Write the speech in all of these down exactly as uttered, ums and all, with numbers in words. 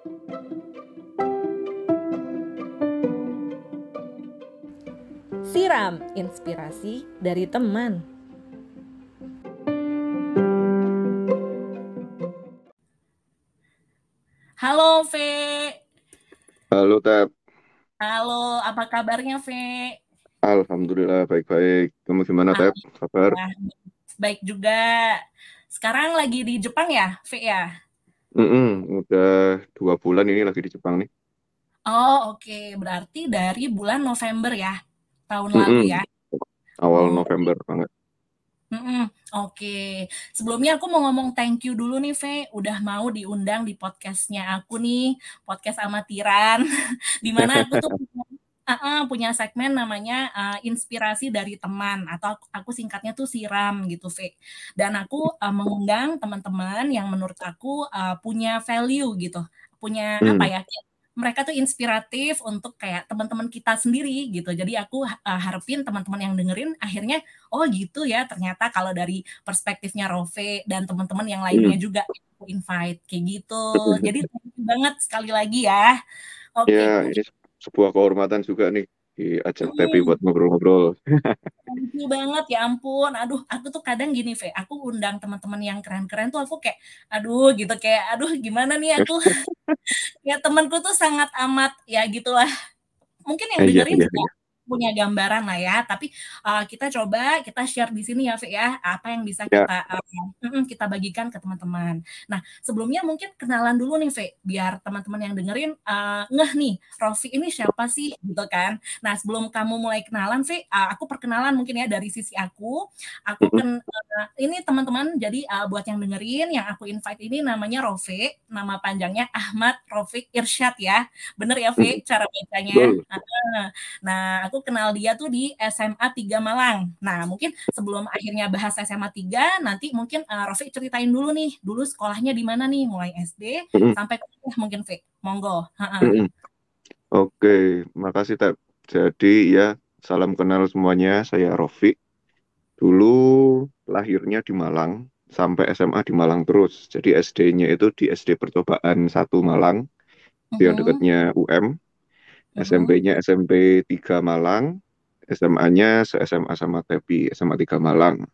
Siram, inspirasi dari teman. Halo, Ve. Halo, Tep. Halo, apa kabarnya, Ve? Alhamdulillah baik-baik. Kamu gimana, Tep? Kabar? Alhamdulillah, baik juga. Sekarang lagi di Jepang ya, Ve ya? Mm-mm, udah dua bulan ini lagi di Jepang nih. Oh, oke. Berarti dari bulan November ya, tahun lalu Mm-mm, ya? awal Oh, November banget. mm-mm. Oke. Sebelumnya aku mau ngomong thank you dulu nih, Ve. Udah mau diundang di podcastnya aku nih, podcast amatiran. Dimana aku tuh punya, uh-uh, punya segmen namanya uh, inspirasi dari teman atau aku, aku singkatnya tuh siram gitu, V. Dan aku uh, mengundang teman-teman yang menurut aku uh, punya value gitu, punya apa Mm. ya? Mereka tuh inspiratif untuk kayak teman-teman kita sendiri gitu. Jadi aku uh, harapin teman-teman yang dengerin akhirnya oh gitu ya ternyata kalau dari perspektifnya Rove dan teman-teman yang lainnya Mm. juga aku invite kayak gitu. Jadi thank you banget sekali lagi ya. Oke, Ya, ini sebuah kehormatan juga nih diajak Tepi buat ngobrol-ngobrol. thank you banget ya ampun. Aduh, aku tuh kadang gini, Ve. Aku undang teman-teman yang keren-keren tuh aku kayak aduh gitu kayak aduh gimana nih aku. Ya temanku tuh sangat amat ya gitulah. Mungkin yang Iya, dengerin iya, juga iya. punya gambaran lah ya, tapi uh, kita coba kita share di sini ya, Ve ya, apa yang bisa Ya, kita uh, kita bagikan ke teman-teman. Nah, sebelumnya mungkin kenalan dulu nih, Ve, biar teman-teman yang dengerin uh, ngeh nih, Rofi ini siapa sih, gitu kan. Nah, sebelum kamu mulai kenalan, Ve, uh, aku perkenalan mungkin ya dari sisi aku. Aku mm-mm, ken uh, ini teman-teman, jadi uh, buat yang dengerin, yang aku invite ini namanya Rofi, nama panjangnya Ahmad Rofik Irsyad ya. Bener ya, Ve, mm-mm. cara bacanya? Betul. Uh, Nah, aku kenal dia tuh di S M A tiga Malang. Nah, mungkin sebelum akhirnya bahas S M A tiga, nanti mungkin uh, Rofi ceritain dulu nih, dulu sekolahnya di mana nih, mulai S D Mm-mm, sampai kuliah mungkin, Fi. Monggo. Ha-ha. mm-mm. Oke, makasih, Tep. Jadi ya, salam kenal semuanya. Saya Rofi. Dulu lahirnya di Malang, sampai S M A di Malang terus. Jadi S D-nya itu di S D Percobaan satu Malang, yang Mhm, dekatnya U M. mhm, S M P-nya S M P tiga Malang, S M A-nya se-S M A sama Tepi, S M A tiga Malang.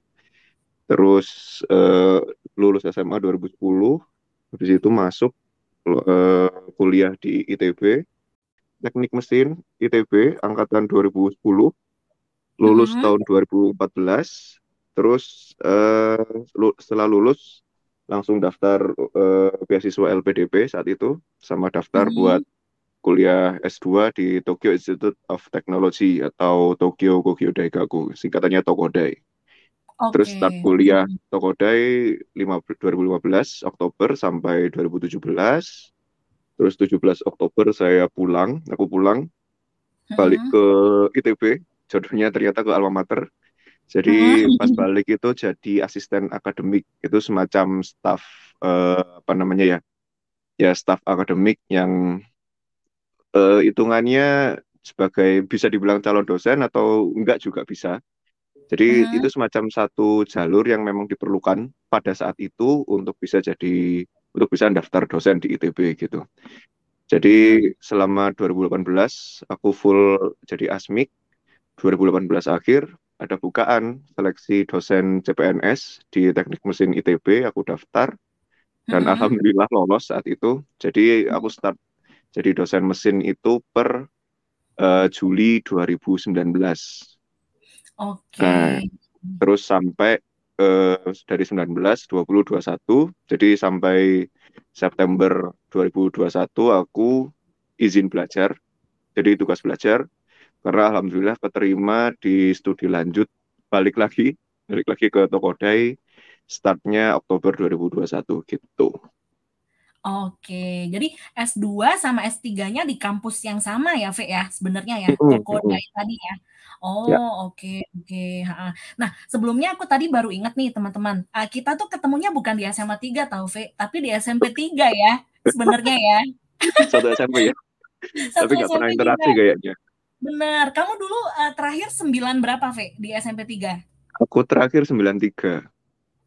Terus eh, lulus S M A dua ribu sepuluh, habis itu masuk eh, kuliah di I T B, Teknik Mesin I T B, angkatan dua ribu sepuluh, lulus mhm, tahun dua ribu empat belas, terus eh, lu- setelah lulus langsung daftar eh, beasiswa L P D P saat itu, sama daftar buat mhm. kuliah S dua di Tokyo Institute of Technology atau Tokyo Kogyo Daigaku, singkatannya Tokodai. Terus start Oke. kuliah Tokodai lima- dua ribu lima belas Oktober sampai dua ribu tujuh belas. Terus tujuh belas Oktober saya pulang, aku pulang balik Mhm, ke I T B, jodohnya ternyata ke alma mater. Jadi pas mhm. balik itu jadi asisten akademik, itu semacam staff eh, apa namanya ya, ya staff akademik yang eh, hitungannya sebagai bisa dibilang calon dosen atau enggak juga bisa. Jadi itu Mhm, semacam satu jalur yang memang diperlukan pada saat itu untuk bisa jadi untuk bisa daftar dosen di I T B gitu. Jadi mhm, selama dua ribu delapan belas aku full jadi asmik, dua ribu delapan belas akhir ada bukaan seleksi dosen C P N S di Teknik Mesin I T B, aku daftar dan mhm. alhamdulillah lolos saat itu. Jadi aku start jadi dosen mesin itu per eh, Juli dua ribu sembilan belas. Nah, Oke. terus sampai eh, dari sembilan belas, dua puluh, dua puluh satu, jadi sampai September dua ribu dua puluh satu aku izin belajar, jadi tugas belajar, karena alhamdulillah keterima di studi lanjut, balik lagi, balik lagi ke Tokodai, startnya Oktober dua ribu dua puluh satu gitu. Oke, jadi S dua sama S tiga-nya di kampus yang sama ya, Ve ya, sebenarnya ya, Mm-mm, mm-mm. Tokodai tadi ya? Ya, Oh, oke oke, heeh. Nah, sebelumnya aku tadi baru ingat nih teman-teman, eee, kita tuh ketemunya bukan di S M A tiga tahu, Ve, tapi di S M P tiga ya, sebenarnya ya. satu S M P ya, tapi Satu nggak pernah S M P juga, interaksi kayaknya. bener. Kamu dulu, eee, terakhir sembilan berapa, Ve, di S M P tiga? Aku terakhir sembilan tiga.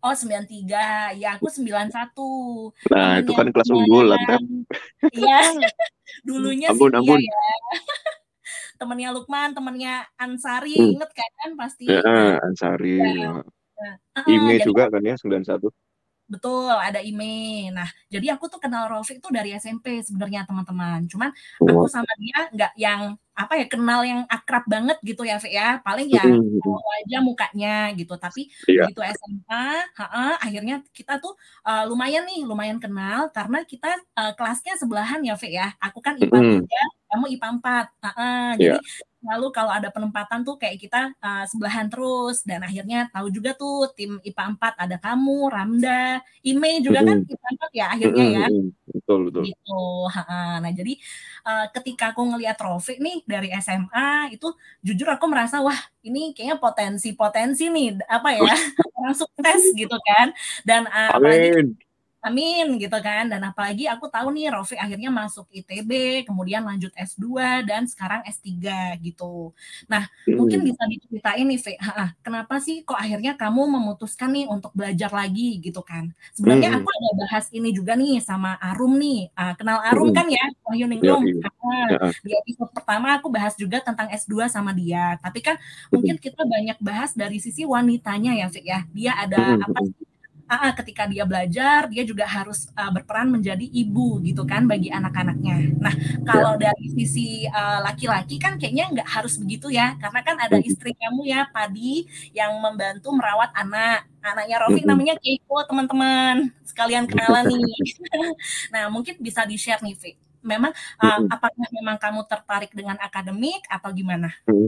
Oh, sembilan tiga. Ya, aku sembilan satu. Nah, itu Temennya kan kelas unggulan kan. Lukman. Iya, dulunya sih Ampun, iya ampun. ya. Temennya Lukman, temennya Ansari, Hmm. inget kan Ya, pasti. Nah, Ansari. ya. Ya. Nah, heeh, Ime jadi juga kan ya, sembilan satu. betul, ada Ime. Nah, jadi aku tuh kenal Rafiq tuh dari S M P sebenarnya teman-teman. Cuman aku Oh. sama dia nggak yang apa ya kenal yang akrab banget gitu ya, Fik ya. Paling ya Mm-mm. tahu aja mukanya gitu. Tapi Iya. begitu S M A, heeh, akhirnya kita tuh uh, lumayan nih, lumayan kenal karena kita uh, kelasnya sebelahan ya, Fik ya. Aku kan I P A Mm-mm. tiga, kamu I P A empat. Heeh, Iya. jadi lalu kalau ada penempatan tuh kayak kita uh, sebelahan terus dan akhirnya tahu juga tuh tim I P A empat ada kamu, Ramda, Ime juga kan Mm-mm. I P A empat ya akhirnya Mm-mm. ya. Mm-mm. Betul, betul. Gitu. Ha-ha. Nah, jadi uh, ketika aku ngelihat Rafiq nih dari S M A itu jujur aku merasa wah, ini kayaknya potensi-potensi nih apa ya, orang sukses gitu kan. Dan uh, apalagi Amin. amin gitu kan. Dan apalagi aku tahu nih Rafiq akhirnya masuk I T B, kemudian lanjut S dua dan sekarang S tiga gitu. Nah, mungkin Mm-mm. bisa diceritain nih, Fik, ha-ha, kenapa sih kok akhirnya kamu memutuskan nih untuk belajar lagi gitu kan? Sebenarnya Mm-mm. aku ada bahas ini juga nih sama Arum nih. Uh, kenal Arum Mm-mm. kan ya, Wahyu Ya, Ningrum. iya. Ha, Ya. di episode pertama aku bahas juga tentang S dua sama dia. Tapi kan mungkin Mm-mm. kita banyak bahas dari sisi wanitanya ya, Fik ya. Dia ada Mm-mm. apa Mm-mm. sih? Ah, ketika dia belajar, dia juga harus uh, berperan menjadi ibu gitu kan bagi anak-anaknya. Nah, Ya. kalau dari sisi uh, laki-laki kan kayaknya nggak harus begitu ya, karena kan ada Mm-mm. istri kamu ya, Padi, yang membantu merawat anak. Anaknya Rafiq Mm-mm. namanya Keiko, teman-teman. Sekalian kenalan nih. Nah, mungkin bisa di-share nih, Fik. Memang, uh, Mm-mm. apakah memang kamu tertarik dengan akademik atau gimana? Mm-mm.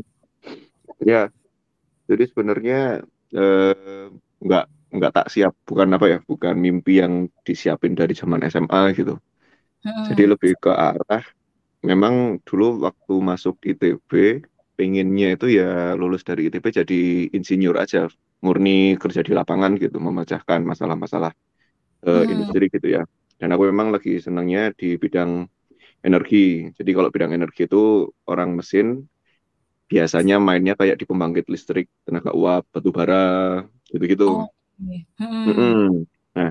Ya, jadi sebenarnya eh, nggak nggak tak siap, bukan apa ya, bukan mimpi yang disiapin dari zaman S M A gitu. Jadi Hmm. lebih ke arah, memang dulu waktu masuk I T B, pengennya itu ya lulus dari I T B jadi insinyur aja, murni kerja di lapangan gitu, memecahkan masalah-masalah eh, Hmm. industri gitu ya. Dan aku memang lagi senangnya di bidang energi. Jadi kalau bidang energi itu orang mesin biasanya mainnya kayak di pembangkit listrik, tenaga uap, batu bara, gitu-gitu. Oh, okay. Hmm. Mm-mm. Nah,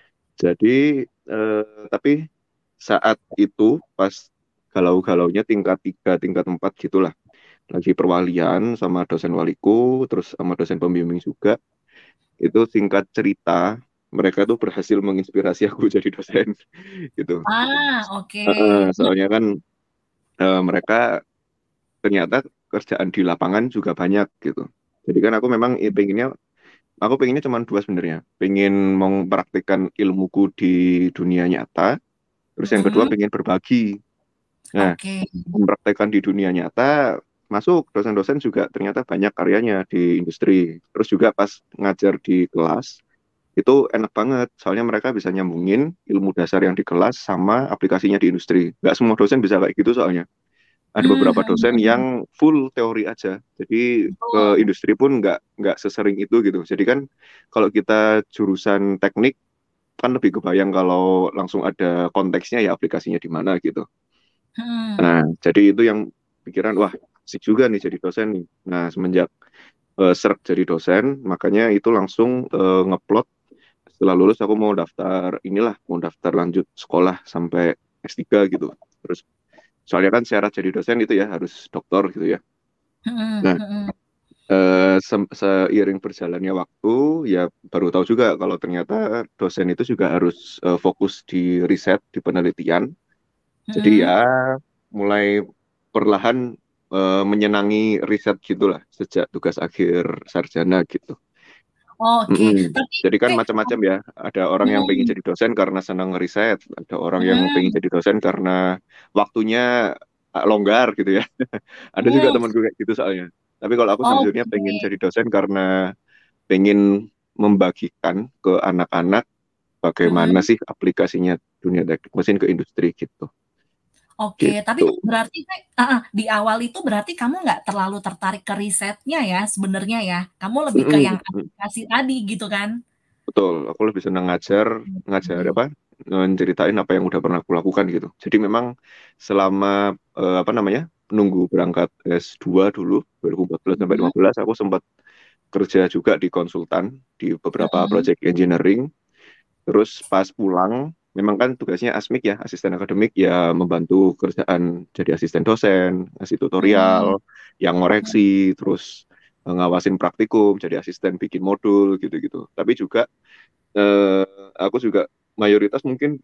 jadi eh, tapi saat itu pas galau-galaunya tingkat tiga, tingkat empat gitulah. Lagi perwalian sama dosen waliku, terus sama dosen pembimbing juga. Itu singkat cerita, mereka tuh berhasil menginspirasi aku jadi dosen gitu. Ah, oke. Eh, Okay. soalnya kan eh, mereka ternyata kerjaan di lapangan juga banyak gitu. Jadi kan aku memang eh, pengennya, aku pengennya cuma dua sebenarnya. Pengen mempraktikkan ilmuku di dunia nyata, terus yang kedua Hmm. pengen berbagi. Nah, Oke. mempraktekkan di dunia nyata, masuk dosen-dosen juga ternyata banyak karyanya di industri. Terus juga pas ngajar di kelas, itu enak banget. Soalnya mereka bisa nyambungin ilmu dasar yang di kelas sama aplikasinya di industri. Nggak semua dosen bisa kayak gitu soalnya. Ada beberapa dosen Mhm. yang full teori aja. Jadi ke Betul. industri pun nggak nggak sesering itu gitu. Jadi kan kalau kita jurusan teknik, kan lebih kebayang kalau langsung ada konteksnya ya aplikasinya di mana gitu. Mhm. Nah, jadi itu yang pikiran, wah, asik juga nih jadi dosen nih. Nah, semenjak eh, seret jadi dosen, makanya itu langsung eh, ngeplot. Setelah lulus aku mau daftar, inilah, mau daftar lanjut sekolah sampai S tiga gitu. Terus, soalnya kan syarat jadi dosen itu ya harus doktor gitu ya. Mhm Nah, mhm. eh, se- seiring berjalannya waktu, ya baru tahu juga kalau ternyata dosen itu juga harus eh, fokus di riset, di penelitian. Jadi ya Mhm. mulai perlahan eh, menyenangi riset gitulah sejak tugas akhir sarjana gitu. Oke, Mm-mm. tapi Jadi kan Fik, macam-macam ya. Ada orang yang pengen mhm jadi dosen karena senang riset, ada orang yang pengen mhm jadi dosen karena waktunya ah, longgar gitu ya. Ada juga mhm. temanku kayak gitu soalnya. Tapi kalau aku sejujurnya pengen Oke. jadi dosen karena pengen membagikan ke anak-anak bagaimana Mhm. sih aplikasinya dunia teknik mesin ke industri gitu. Oke, tapi Gitu. berarti Fik, heeh, di awal itu berarti kamu nggak terlalu tertarik ke risetnya ya sebenarnya ya? Kamu lebih ke yang Mm-mm. aplikasi tadi gitu kan? Betul, aku lebih senang ngajar, ngajar Oke. apa, menceritain apa yang udah pernah aku lakukan gitu. Jadi memang selama eh, apa namanya, nunggu berangkat S dua dulu, dua ribu empat belas sampai Mhm. lima belas aku sempat kerja juga di konsultan di beberapa Mm-mm. project engineering. Terus pas pulang, memang kan tugasnya asmik ya, asisten akademik ya membantu kerjaan jadi asisten dosen, ngasih Mm-mm. tutorial, yang ngoreksi, terus eh, ngawasin praktikum, jadi asisten bikin modul gitu-gitu. Tapi juga eh, aku juga mayoritas mungkin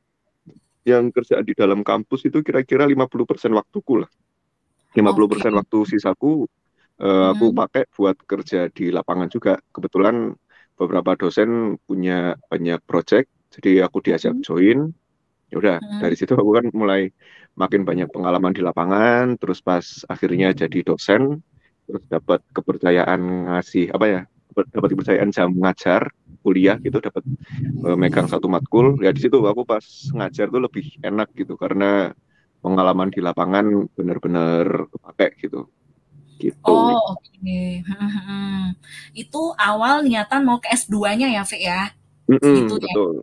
yang kerjaan di dalam kampus itu kira-kira lima puluh persen waktuku lah. lima puluh Oke. persen waktu sisaku eh, aku Mm-mm. pakai buat kerja di lapangan juga. Kebetulan beberapa dosen punya banyak project, jadi aku diajak Mm-mm. join. Ya udah, dari Mm-mm. situ aku kan mulai makin banyak pengalaman di lapangan, terus pas akhirnya jadi dosen, terus dapat kepercayaan ngasih apa ya? Dapat dapat kepercayaan jam ngajar kuliah gitu, dapat eh, megang satu matkul. Ya di situ aku pas ngajar tuh lebih enak gitu karena pengalaman di lapangan benar-benar kepake gitu. Gitu. Oh, oke. Hmm. Itu awal niatan mau ke S dua-nya ya, Fe ya? Mm-mm, Segitunya. betul.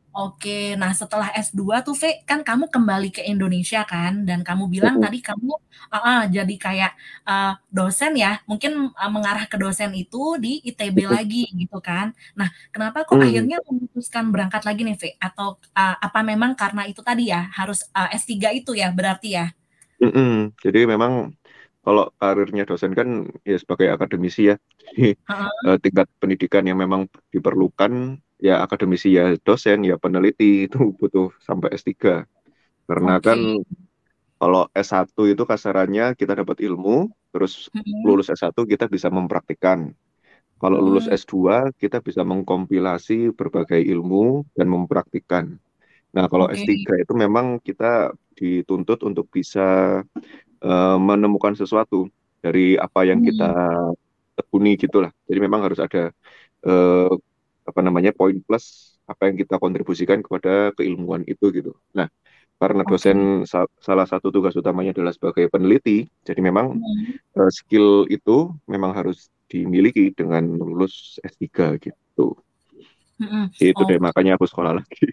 Oke, nah setelah S dua tuh, Fe, kan kamu kembali ke Indonesia kan, dan kamu bilang Mm-mm, tadi kamu ah, ah, jadi kayak eh, dosen ya, mungkin eh, mengarah ke dosen itu di I T B mm-mm, lagi gitu kan. Nah, kenapa kok mm, akhirnya memutuskan berangkat lagi nih, Fe? Atau eh, apa memang karena itu tadi ya, harus eh, S tiga itu ya berarti ya? mm-mm. Jadi memang kalau karirnya dosen kan ya sebagai akademisi ya. Jadi Heeh. eh, tingkat pendidikan yang memang diperlukan ya akademisi ya dosen ya peneliti itu butuh sampai S tiga. Karena kan Oke. kalau S satu itu kasarannya kita dapat ilmu, terus Mm-mm. lulus S satu kita bisa mempraktikkan. Kalau lulus Mm-mm. S dua kita bisa mengkompilasi berbagai ilmu dan mempraktikkan. Nah, kalau Oke. S tiga itu memang kita dituntut untuk bisa eh, menemukan sesuatu dari apa yang kita Hmm. tekuni gitulah. Jadi memang harus ada eh, apa namanya poin plus apa yang kita kontribusikan kepada keilmuan itu gitu. Nah, karena Oke. dosen sa- salah satu tugas utamanya adalah sebagai peneliti, jadi memang Mm. eh, skill itu memang harus dimiliki dengan lulus S tiga gitu. Mm-mm. Itu deh Oke. makanya aku sekolah lagi.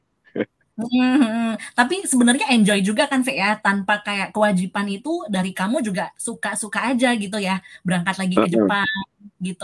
Mhm. Tapi sebenarnya enjoy juga kan, Fe, ya? Tanpa kayak kewajiban itu dari kamu juga suka-suka aja gitu ya, berangkat lagi ke Heeh. Jepang gitu.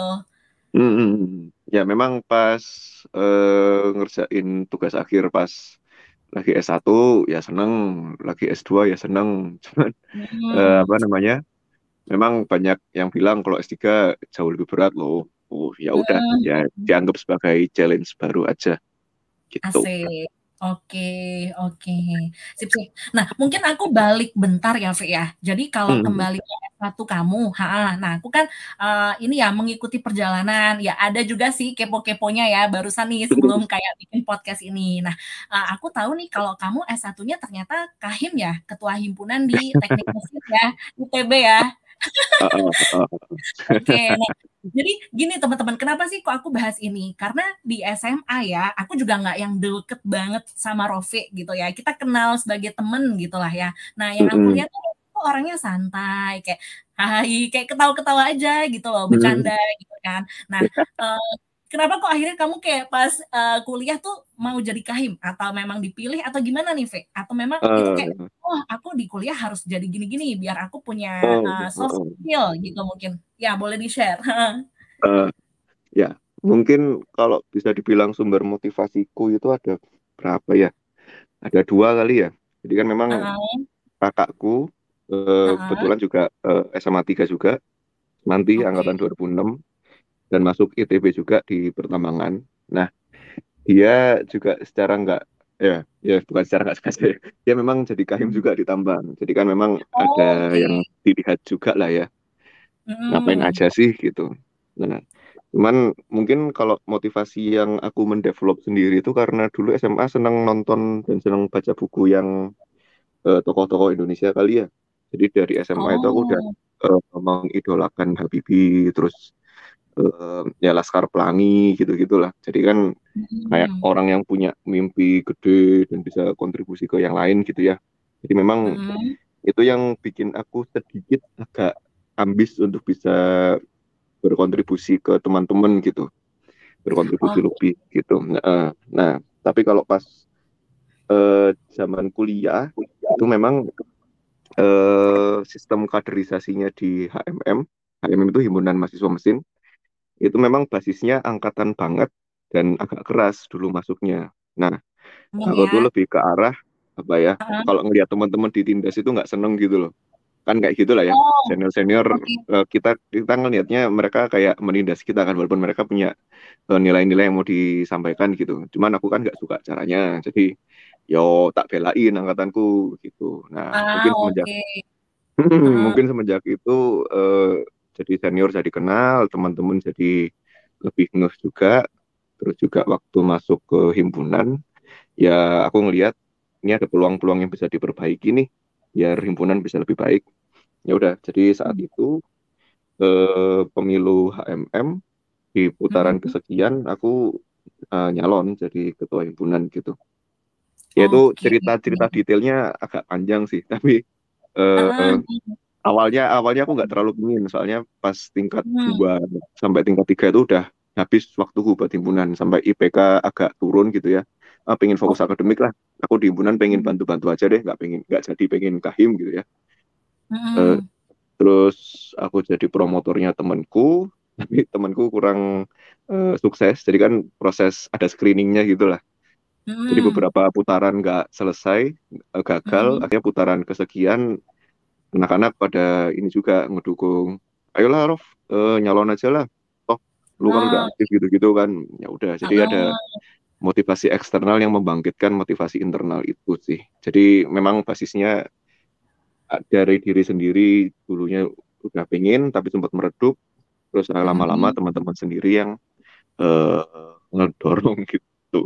Mm-mm. Ya memang pas eh, ngerjain tugas akhir pas lagi S satu ya seneng, lagi S dua ya seneng. Cuman eh, Hmm. apa namanya? Memang banyak yang bilang kalau S tiga jauh lebih berat loh. Oh, ya udah Hmm. ya dianggap sebagai challenge baru aja gitu. Asik. Oke, oke. Sip, sip. Nah, mungkin aku balik bentar ya, Fe ya. Jadi kalau Hmm. kembali ke S satu kamu, ha, nah aku kan eh, ini ya mengikuti perjalanan. Ya ada juga sih kepo-keponya ya barusan nih sebelum kayak bikin podcast ini. Nah, eh, aku tahu nih kalau kamu S satu-nya ternyata Kahim ya, Ketua Himpunan di Teknik Mesin ya, I T B ya. Ah, ah, ah, Oke, nah jadi gini teman-teman, kenapa sih kok aku bahas ini? Karena di S M A ya, aku juga nggak yang deket banget sama Rofi gitu ya. Kita kenal sebagai temen gitu lah ya. Nah, yang aku mm-mm. lihat tuh Rofi tuh orangnya santai, kayak hai, kayak ketawa-ketawa aja gitu loh, Mm. bercanda gitu kan. Nah, eh, kenapa kok akhirnya kamu kayak pas eh, kuliah tuh mau jadi kahim? Atau memang dipilih atau gimana nih, Fe? Atau memang itu kayak, Eh, oh aku di kuliah harus jadi gini-gini biar aku punya oh, eh, oh, soft oh. skill gitu mungkin. Ya, boleh di-share. Eh, ya mungkin kalau bisa dibilang sumber motivasiku itu ada berapa ya? Ada dua kali ya. Jadi kan memang Heeh, kakakku eh, heeh, kebetulan juga eh, S M A tiga juga, nanti oke. angkatan dua ribu enam dan masuk I T B juga di pertambangan. Nah, dia juga secara nggak ya ya bukan secara nggak sengaja ya. Dia memang jadi kahim Mhm. juga di tambang. Jadi kan memang ada Oh, oke. yang dilihat juga lah ya. Ngapain Mhm. aja sih gitu. Nah, cuman mungkin kalau motivasi yang aku mendevelop sendiri itu karena dulu S M A senang nonton dan senang baca buku yang eh, tokoh-tokoh Indonesia kali ya. Jadi dari S M A itu aku udah Oh. eh, mengidolakan Habibie, terus eh, ya Laskar Pelangi gitu-gitulah. Jadi kan kayak Mhm. orang yang punya mimpi gede dan bisa kontribusi ke yang lain gitu ya. Jadi memang Mhm. itu yang bikin aku sedikit agak ambis untuk bisa berkontribusi ke teman-teman gitu, berkontribusi Oke. lebih gitu. Nah, nah, tapi kalau pas eh, zaman kuliah itu memang eh, sistem kaderisasinya di H M M, H M M itu Himpunan Mahasiswa Mesin, itu memang basisnya angkatan banget dan agak keras dulu masuknya. Nah, Emang aku tuh ya. lebih ke arah apa ya? Heeh. Kalau ngelihat teman-teman di Tindas itu nggak seneng gitu loh. Kan kayak gitulah ya. Oh, Senior-senior oke. eh, kita kita ngelihatnya mereka kayak menindas kita kan walaupun mereka punya eh, nilai-nilai yang mau disampaikan gitu. Cuman aku kan nggak suka caranya. Jadi yo tak belain angkatanku gitu. Nah, Ah, mungkin semenjak oke. Heeh. mungkin semenjak itu eh, jadi senior jadi kenal, teman-teman jadi lebih ngeh juga. Terus juga waktu masuk ke himpunan, ya aku ngelihat ini ada peluang-peluang yang bisa diperbaiki nih, biar himpunan bisa lebih baik. Ya udah, jadi saat itu eh, pemilu H M M di putaran Mm-mm. kesekian aku eh, nyalon jadi ketua himpunan gitu. Ya itu Oke. cerita-cerita detailnya agak panjang sih, tapi eh, Heeh. awalnya awalnya aku nggak terlalu pingin soalnya pas tingkat Hmm. dua sampai tingkat tiga itu udah habis waktuku buat himpunan sampai I P K agak turun gitu ya. Ah, pengen fokus Oke. akademik lah. Aku di himpunan pengen bantu-bantu aja deh, nggak pengen nggak jadi pengen kahim gitu ya. Eh, Mm-mm. terus aku jadi promotornya temanku, tapi temanku kurang eh, sukses. Jadi kan proses ada screeningnya gitu lah. Jadi Mm-mm. beberapa putaran nggak selesai, eh, gagal. Mm-mm. Akhirnya putaran kesekian anak-anak pada ini juga ngedukung, ayolah Rof, eh, nyalon aja lah, toh lu kan udah Ah, aktif gitu-gitu kan. Ya udah, jadi ada heeh. motivasi eksternal yang membangkitkan motivasi internal itu sih. Jadi memang basisnya ah, dari diri sendiri dulunya udah pengen tapi sempat meredup, terus ah, lama-lama Mm-mm. teman-teman sendiri yang eh, ngedorong gitu.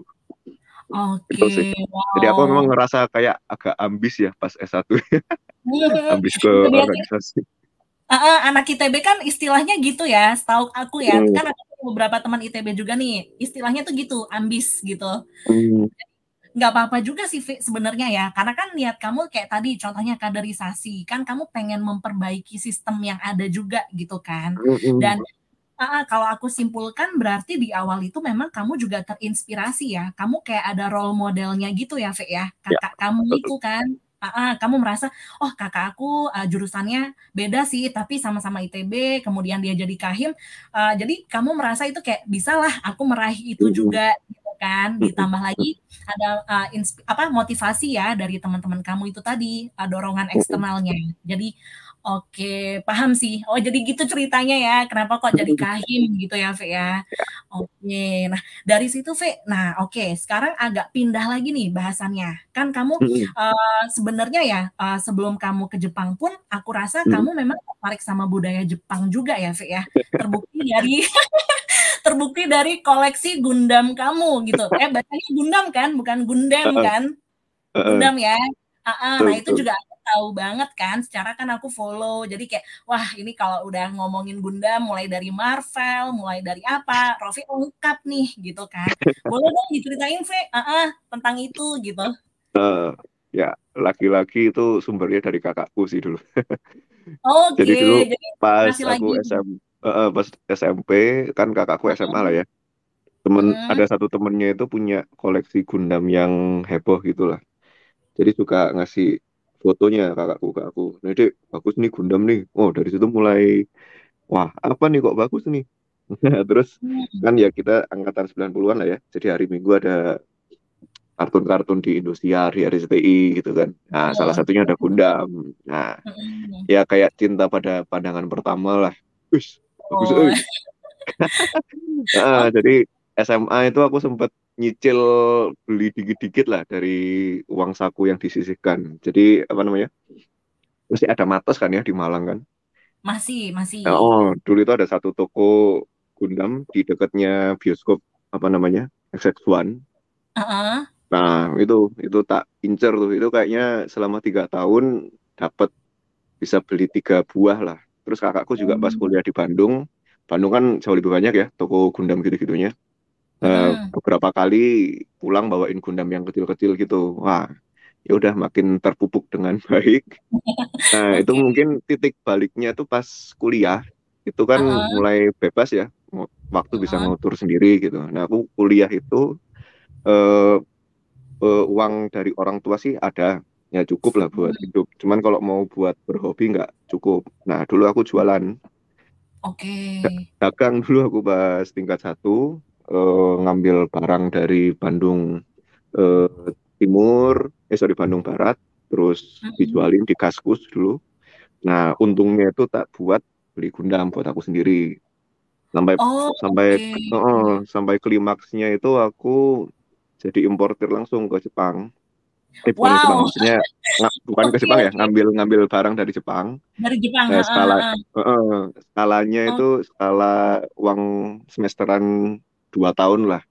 Itu sih. Oke, Jadi aku memang wow. ngerasa kayak agak ambis ya pas S satu, ambis ke Itu biasanya organisasi. ah, ah, anak I T B kan istilahnya gitu ya, setahu aku ya. Hmm. Kan aku punya beberapa teman I T B juga nih, istilahnya tuh gitu, ambis gitu. Hmm. Nggak apa-apa juga sih Vi, sebenarnya ya, karena kan niat kamu kayak tadi contohnya kaderisasi, kan kamu pengen memperbaiki sistem yang ada juga gitu kan. Hmm. Dan ah, ah, kalau aku simpulkan berarti di awal itu memang kamu juga terinspirasi ya. Kamu kayak ada role modelnya gitu ya, Ve ya. Ya, Kakak kamu betul. itu kan. Ah, ah, kamu merasa, oh kakak aku ah, jurusannya beda sih, tapi sama-sama I T B, kemudian dia jadi kahim. Ah, jadi kamu merasa itu kayak bisa lah aku meraih itu Hmm. juga gitu kan. Hmm. Ditambah lagi ada ah, insp- apa motivasi ya dari teman-teman kamu itu tadi, ah, dorongan Hmm. eksternalnya. Jadi oke, paham sih. Oh, jadi gitu ceritanya ya. Kenapa kok jadi Hmm. kahim gitu ya, Ve ya? Oke. Nah, dari situ, Ve. Nah, oke. Sekarang agak pindah lagi nih bahasannya. Kan kamu Hmm. eh, sebenarnya ya eh, sebelum kamu ke Jepang pun, aku rasa Hmm. kamu memang tertarik sama budaya Jepang juga ya, Ve ya. Terbukti dari terbukti dari koleksi Gundam kamu gitu. Eh, bacanya Gundam kan, bukan Gundam Heeh, kan? heeh, Gundam ya. Ah, ah, betul nah itu betul. juga aku tahu banget kan. Secara kan aku follow. Jadi kayak, wah ini kalau udah ngomongin Gundam, mulai dari Marvel, mulai dari apa, Rofi lengkap nih gitu kan. Boleh dong diceritain, Fe, ah, ah, tentang itu gitu. Eh, ya, laki-laki itu sumbernya dari kakakku sih dulu. Jadi Oke, dulu jadi pas masih aku lagi. S M, eh, eh, pas S M P kan kakakku S M A lah Mm-mm, ya. Temen mm-mm. ada satu temennya itu punya koleksi Gundam yang heboh gitu lah. Jadi suka ngasih fotonya kakakku ke aku. Nah, Dek, bagus nih Gundam nih. Oh, dari situ mulai, wah, apa nih kok bagus nih? Nah, terus Hmm, kan ya kita angkatan sembilan puluhan lah ya. Jadi hari Minggu ada kartun-kartun di Indosiar, di R C T I gitu kan. Nah, salah betul. satunya ada Gundam. Nah, Mm-mm. ya kayak cinta pada pandangan pertama lah. Wih, bagus Oh, eh. Nah, jadi S M A itu aku sempat nyicil beli dikit-dikit lah dari uang saku yang disisihkan. Jadi apa namanya? Mesti ada Matos kan ya di Malang kan. masih, masih. Nah, oh, dulu itu ada satu toko Gundam di dekatnya bioskop apa namanya? X X One. Ah, Nah, itu itu tak incer tuh. Itu kayaknya selama tiga tahun dapat bisa beli tiga buah lah. Terus kakakku juga pas ah. kuliah di Bandung. Bandung kan jauh lebih banyak ya toko Gundam gitu-gitunya. Eh, Mm-mm. beberapa kali pulang bawain Gundam yang kecil-kecil gitu. Wah, ya udah makin terpupuk dengan baik. Nah, itu Oke. mungkin titik baliknya tuh pas kuliah. Itu kan Ah, mulai bebas ya, mau- waktu bisa ah. ngatur sendiri gitu. Nah, aku kuliah itu eh, eh, uang dari orang tua sih ada, ya cukup lah buat Hmm, hidup. Cuman kalau mau buat berhobi nggak cukup. Nah, dulu aku jualan. Oke. Dagang dulu aku pas tingkat satu, eh, ngambil barang dari Bandung eh, Timur, eh sorry Bandung Barat, terus Mm-mm. dijualin di Kaskus dulu. Nah, untungnya itu tak buat beli Gundam buat aku sendiri. Sampai Oh, sampai oke. eh, sampai klimaksnya itu aku jadi importir langsung ke Jepang. Eh bukan ke Jepang, Wow. maksudnya nga- bukan ke Oke, Jepang ya, oke. ngambil ngambil barang dari Jepang. Dari Jepang. Nah, Ha, ha, skala ha, ha. eh, eh, skalanya Oh, itu skala uang semesteran dua tahun lah.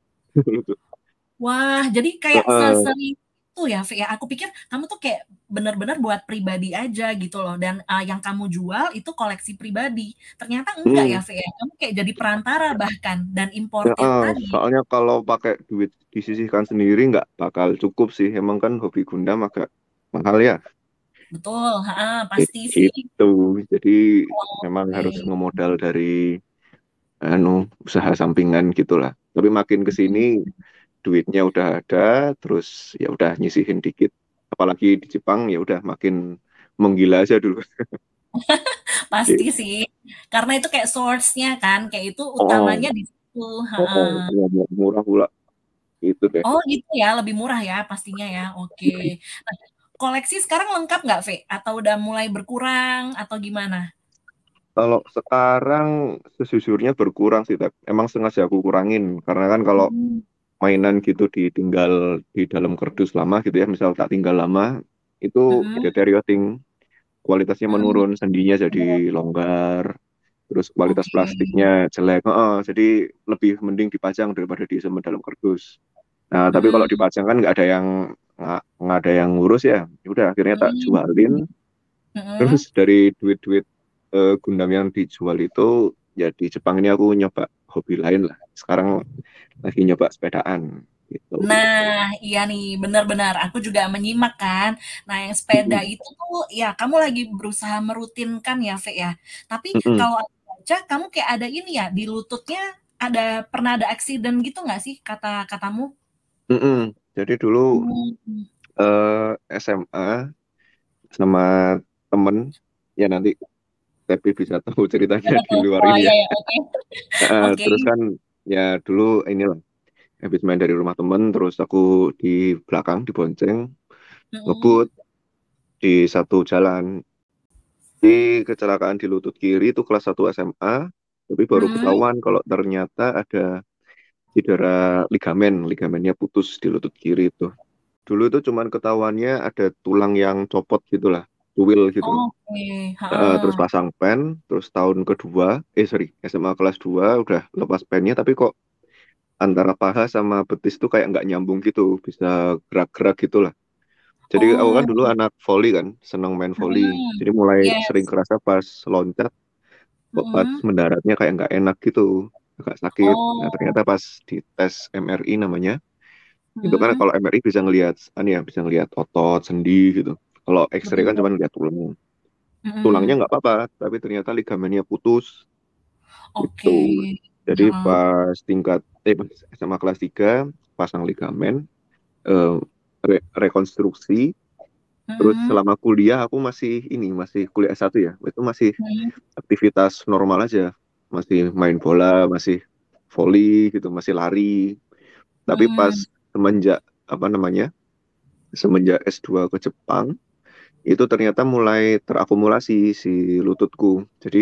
wah, jadi kayak Heeh. sesering itu ya, Fi, ya. Aku pikir kamu tuh kayak benar-benar buat pribadi aja gitu loh. Dan uh, yang kamu jual itu koleksi pribadi. Ternyata enggak Hmm, ya, Fi, ya. Kamu kayak jadi perantara bahkan dan importir heeh. tadi. Soalnya kalau pakai duit disisihkan sendiri nggak bakal cukup sih. Emang kan hobi Gundam agak mahal ya. Betul, ha, ha, Jadi pasti sih. gitu. Jadi memang harus Oke. ngemodal dari anu usaha sampingan gitulah. Tapi makin ke sini duitnya udah ada, terus ya udah nyisihin dikit. Apalagi di Jepang ya udah makin menggila aja dulu. Pasti sih. Karena itu kayak source-nya kan, kayak itu Oh, utamanya di situ. Ha, ha. oh, iya, murah pula itu deh. Oh gitu ya, lebih murah ya pastinya ya. Oke. Nah, koleksi sekarang lengkap nggak, Ve? Atau udah mulai berkurang atau gimana? Kalau sekarang sejujurnya berkurang sih, Tep. Emang sengaja aku kurangin karena kan kalau Hmm. mainan gitu ditinggal di dalam kardus lama gitu ya, misal tak tinggal lama itu Mm-mm. deteriorating, kualitasnya Mm-mm. menurun, sendinya jadi longgar, terus kualitas Oke. plastiknya jelek. Heeh, jadi lebih mending dipajang daripada disimpan dalam kardus. Nah, tapi kalau Hmm. dipajang kan nggak ada yang nggak nggak ada yang ngurus ya. Ya udah akhirnya tak jualin. Hmm. Terus Mm-mm. dari duit-duit eh, Gundam yang dijual itu ya di Jepang ini aku nyoba hobi lain lah. Sekarang lagi nyoba sepedaan gitu. Nah, iya nih, benar-benar. Aku juga menyimak kan. Nah, yang sepeda Mm-mm. itu tuh, ya kamu lagi berusaha merutinkan ya, Ve ya. Tapi Mm-mm. kalau aku baca, kamu kayak ada ini ya, di lututnya ada pernah ada accident gitu nggak sih, kata katamu? Mm-mm. Jadi dulu Hmm. eh, S M A sama temen ya nanti tapi bisa tahu ceritanya Siapa di tuh? luar Oh ini iya ya. ya, oke. Eh, Oke. terus kan ya dulu inilah habis main dari rumah temen terus aku di belakang dibonceng ngebut Mm-mm. di satu jalan. Di kecelakaan di lutut kiri itu kelas satu S M A, tapi baru Mm-mm. ketahuan kalau ternyata ada cedera ligamen, ligamennya putus di lutut kiri itu. Dulu itu cuman ketahuannya ada tulang yang copot gitulah, tuwil gitu loh. Oke, Eh, terus heeh. pasang pen, terus tahun kedua, eh sorry, S M A kelas dua udah lepas pennya, tapi kok antara paha sama betis tuh kayak nggak nyambung gitu, bisa gerak-gerak gitu lah. Jadi aku kan Oh, dulu anak volley kan, seneng main volley. mm, Jadi mulai sering yes. kerasa pas loncat kok pas Mm-mm. mendaratnya kayak nggak enak gitu, agak sakit. Nah Oh, ternyata pas di tes M R I namanya, itu kan mm, kalau M R I bisa ngelihat, anu ya bisa ngelihat otot, sendi gitu. Kalau X-ray kan cuma betul. ngelihat tulang. Tulangnya Mm-mm. nggak apa-apa, tapi ternyata ligamennya putus gitu. Oke, Jadi heeh. pas tingkat eh pas S M A kelas tiga pasang ligamen, eh, re- rekonstruksi. Terus Mm-mm. selama kuliah aku masih ini masih kuliah S satu ya, itu masih Mm-mm. aktivitas normal aja, masih main bola, masih volley gitu, masih lari. Tapi pas Mm-mm. semenjak apa namanya, semenjak S dua ke Jepang, itu ternyata mulai terakumulasi si lututku. Jadi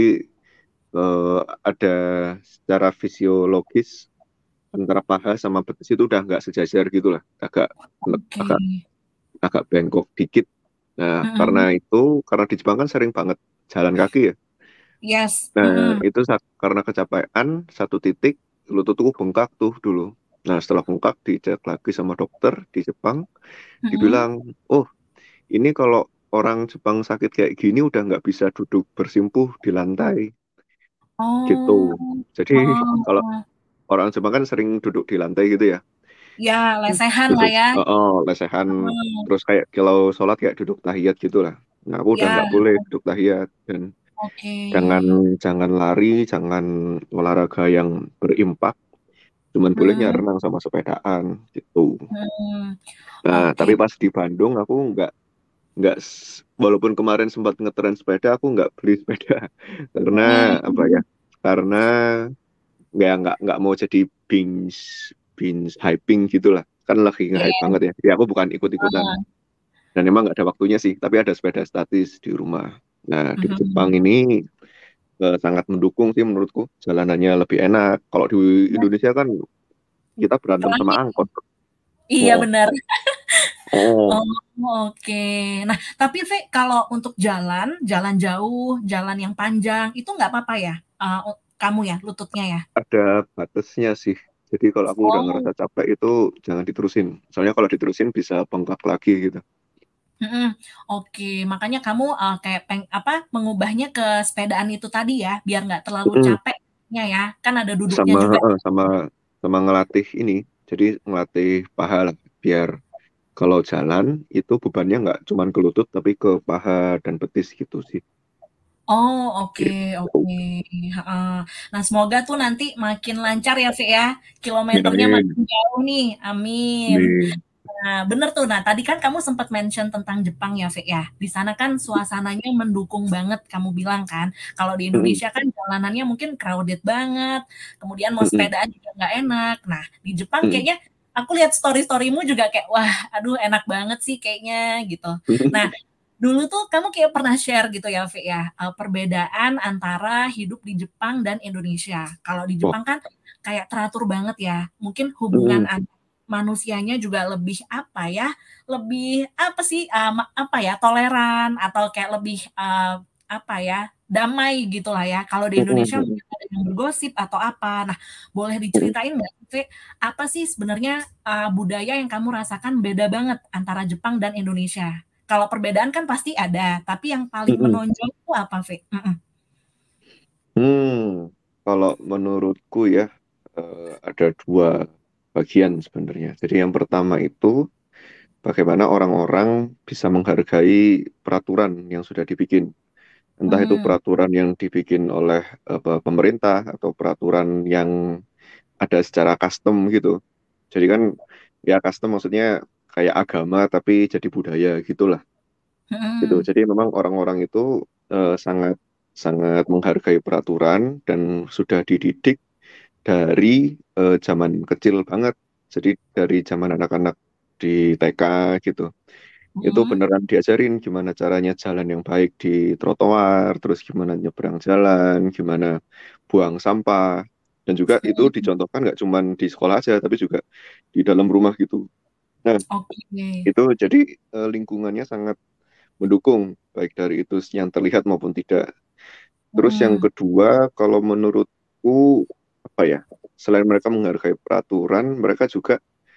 eh, ada secara fisiologis antara paha sama betis itu udah nggak sejajar gitu lah, agak Oke. agak agak bengkok dikit. Nah, karena Mm-mm. itu karena di Jepang kan sering banget jalan kaki ya. Yes. Nah, Mm-mm. itu sa- karena kecapean satu titik lututku bengkak tuh dulu. Nah, setelah bengkak dicek lagi sama dokter di Jepang, Mm-mm. dibilang, oh ini kalau orang Jepang sakit kayak gini udah nggak bisa duduk bersimpuh di lantai gitu. Oh, Jadi kalau oh. orang Jepang kan sering duduk di lantai gitu ya, Ya, lesehan lah duduk, ya. oh, oh, lesehan, Mm. terus kayak kalau sholat kayak duduk tahiyat gitu lah. Nah, aku udah Ya, nggak boleh duduk tahiyat dan oke. jangan jangan lari, jangan olahraga yang berimpak, cuman bolehnya Mm-mm. renang sama sepedaan gitu. Mm. Nah, tapi Oke. pas di Bandung aku nggak nggak s- walaupun kemarin sempat ngetren sepeda, aku nggak beli sepeda karena apa Hmm. ya? Karena nggak nggak nggak mau jadi binge binge hyping gitulah. Kan lagi nge-hype Iya. banget ya. Jadi aku bukan ikut-ikutan. Dan emang nggak ada waktunya sih. Tapi ada sepeda statis di rumah. Nah di Jepang Mhm. ini eh, sangat mendukung sih menurutku. Jalanannya lebih enak. Kalau di Indonesia kan kita berantem sama Langit. angkot. Iya Oh, benar. oh, Oh, oke. Nah, tapi V, kalau untuk jalan, jalan jauh, jalan yang panjang, itu nggak apa-apa ya? Eh, u- kamu ya, lututnya ya? ada batasnya sih. Jadi kalau aku udah Oh, ngerasa capek itu jangan diterusin. Soalnya kalau diterusin bisa bengkak lagi gitu. mhm. Oke. Makanya kamu eh, kayak peng, apa mengubahnya ke sepedaan itu tadi ya, biar nggak terlalu Mm, capeknya ya. Kan ada duduknya sama juga. eh, sama sama ngelatih ini. Jadi ngelatih paha lah. Biar kalau jalan itu bebannya nggak cuman ke lutut tapi ke paha dan betis gitu sih. Oh, oke, Gitu. oke. Heeh. Nah, semoga tuh nanti makin lancar ya, V ya. Amin, Kilometernya amin. makin jauh nih. Amin. Amin. Nah, bener tuh. Nah, tadi kan kamu sempat mention tentang Jepang ya, V ya. Di sana kan suasananya mendukung banget, kamu bilang kan. Kalau di Mm, Indonesia kan jalanannya mungkin crowded banget. Kemudian mau mm, sepedaan juga nggak enak. Nah, di Jepang mm, kayaknya aku lihat story-storymu juga kayak, wah, aduh enak banget sih kayaknya gitu. Nah, mm. dulu tuh kamu kayak pernah share gitu ya, V ya, eh, perbedaan antara hidup di Jepang dan Indonesia. Kalau di Wah, Jepang kan kayak teratur banget ya. Mungkin hubungan mm, antar manusianya juga lebih apa ya? Lebih apa sih? eh, ma- apa ya? Toleran atau kayak lebih eh, apa ya? Damai gitulah ya. Kalau di mm, Indonesia mm, mungkin ada yang bergosip atau apa. Nah, boleh mm. diceritain nggak, V? Apa sih sebenarnya eh, budaya yang kamu rasakan beda banget antara Jepang dan Indonesia? Kalau perbedaan kan pasti ada, tapi yang paling Mm-mm. menonjol itu apa, V? Mhm. Hmm, kalau menurutku ya eh, ada dua bagian sebenarnya. Jadi yang pertama itu bagaimana orang-orang bisa menghargai peraturan yang sudah dibikin. Entah itu Hmm. peraturan yang dibikin oleh apa, pemerintah atau peraturan yang ada secara custom gitu. Jadi kan ya custom maksudnya kayak agama tapi jadi budaya gitulah. Gitu. Mhm. Jadi memang orang-orang itu eh, sangat sangat menghargai peraturan dan sudah dididik dari eh, zaman kecil banget. Jadi dari zaman anak-anak di T K gitu. Itu Mhm. beneran diajarin gimana caranya jalan yang baik di trotoar, terus gimana nyebrang jalan, gimana buang sampah. Dan juga itu Mhm. dicontohkan nggak cuma di sekolah aja, tapi juga di dalam rumah gitu. Nah, Oke. itu jadi eh, lingkungannya sangat mendukung, baik dari itu yang terlihat maupun tidak. Terus yang Mhm. kedua, kalau menurutku, apa ya, selain mereka menghargai peraturan, mereka juga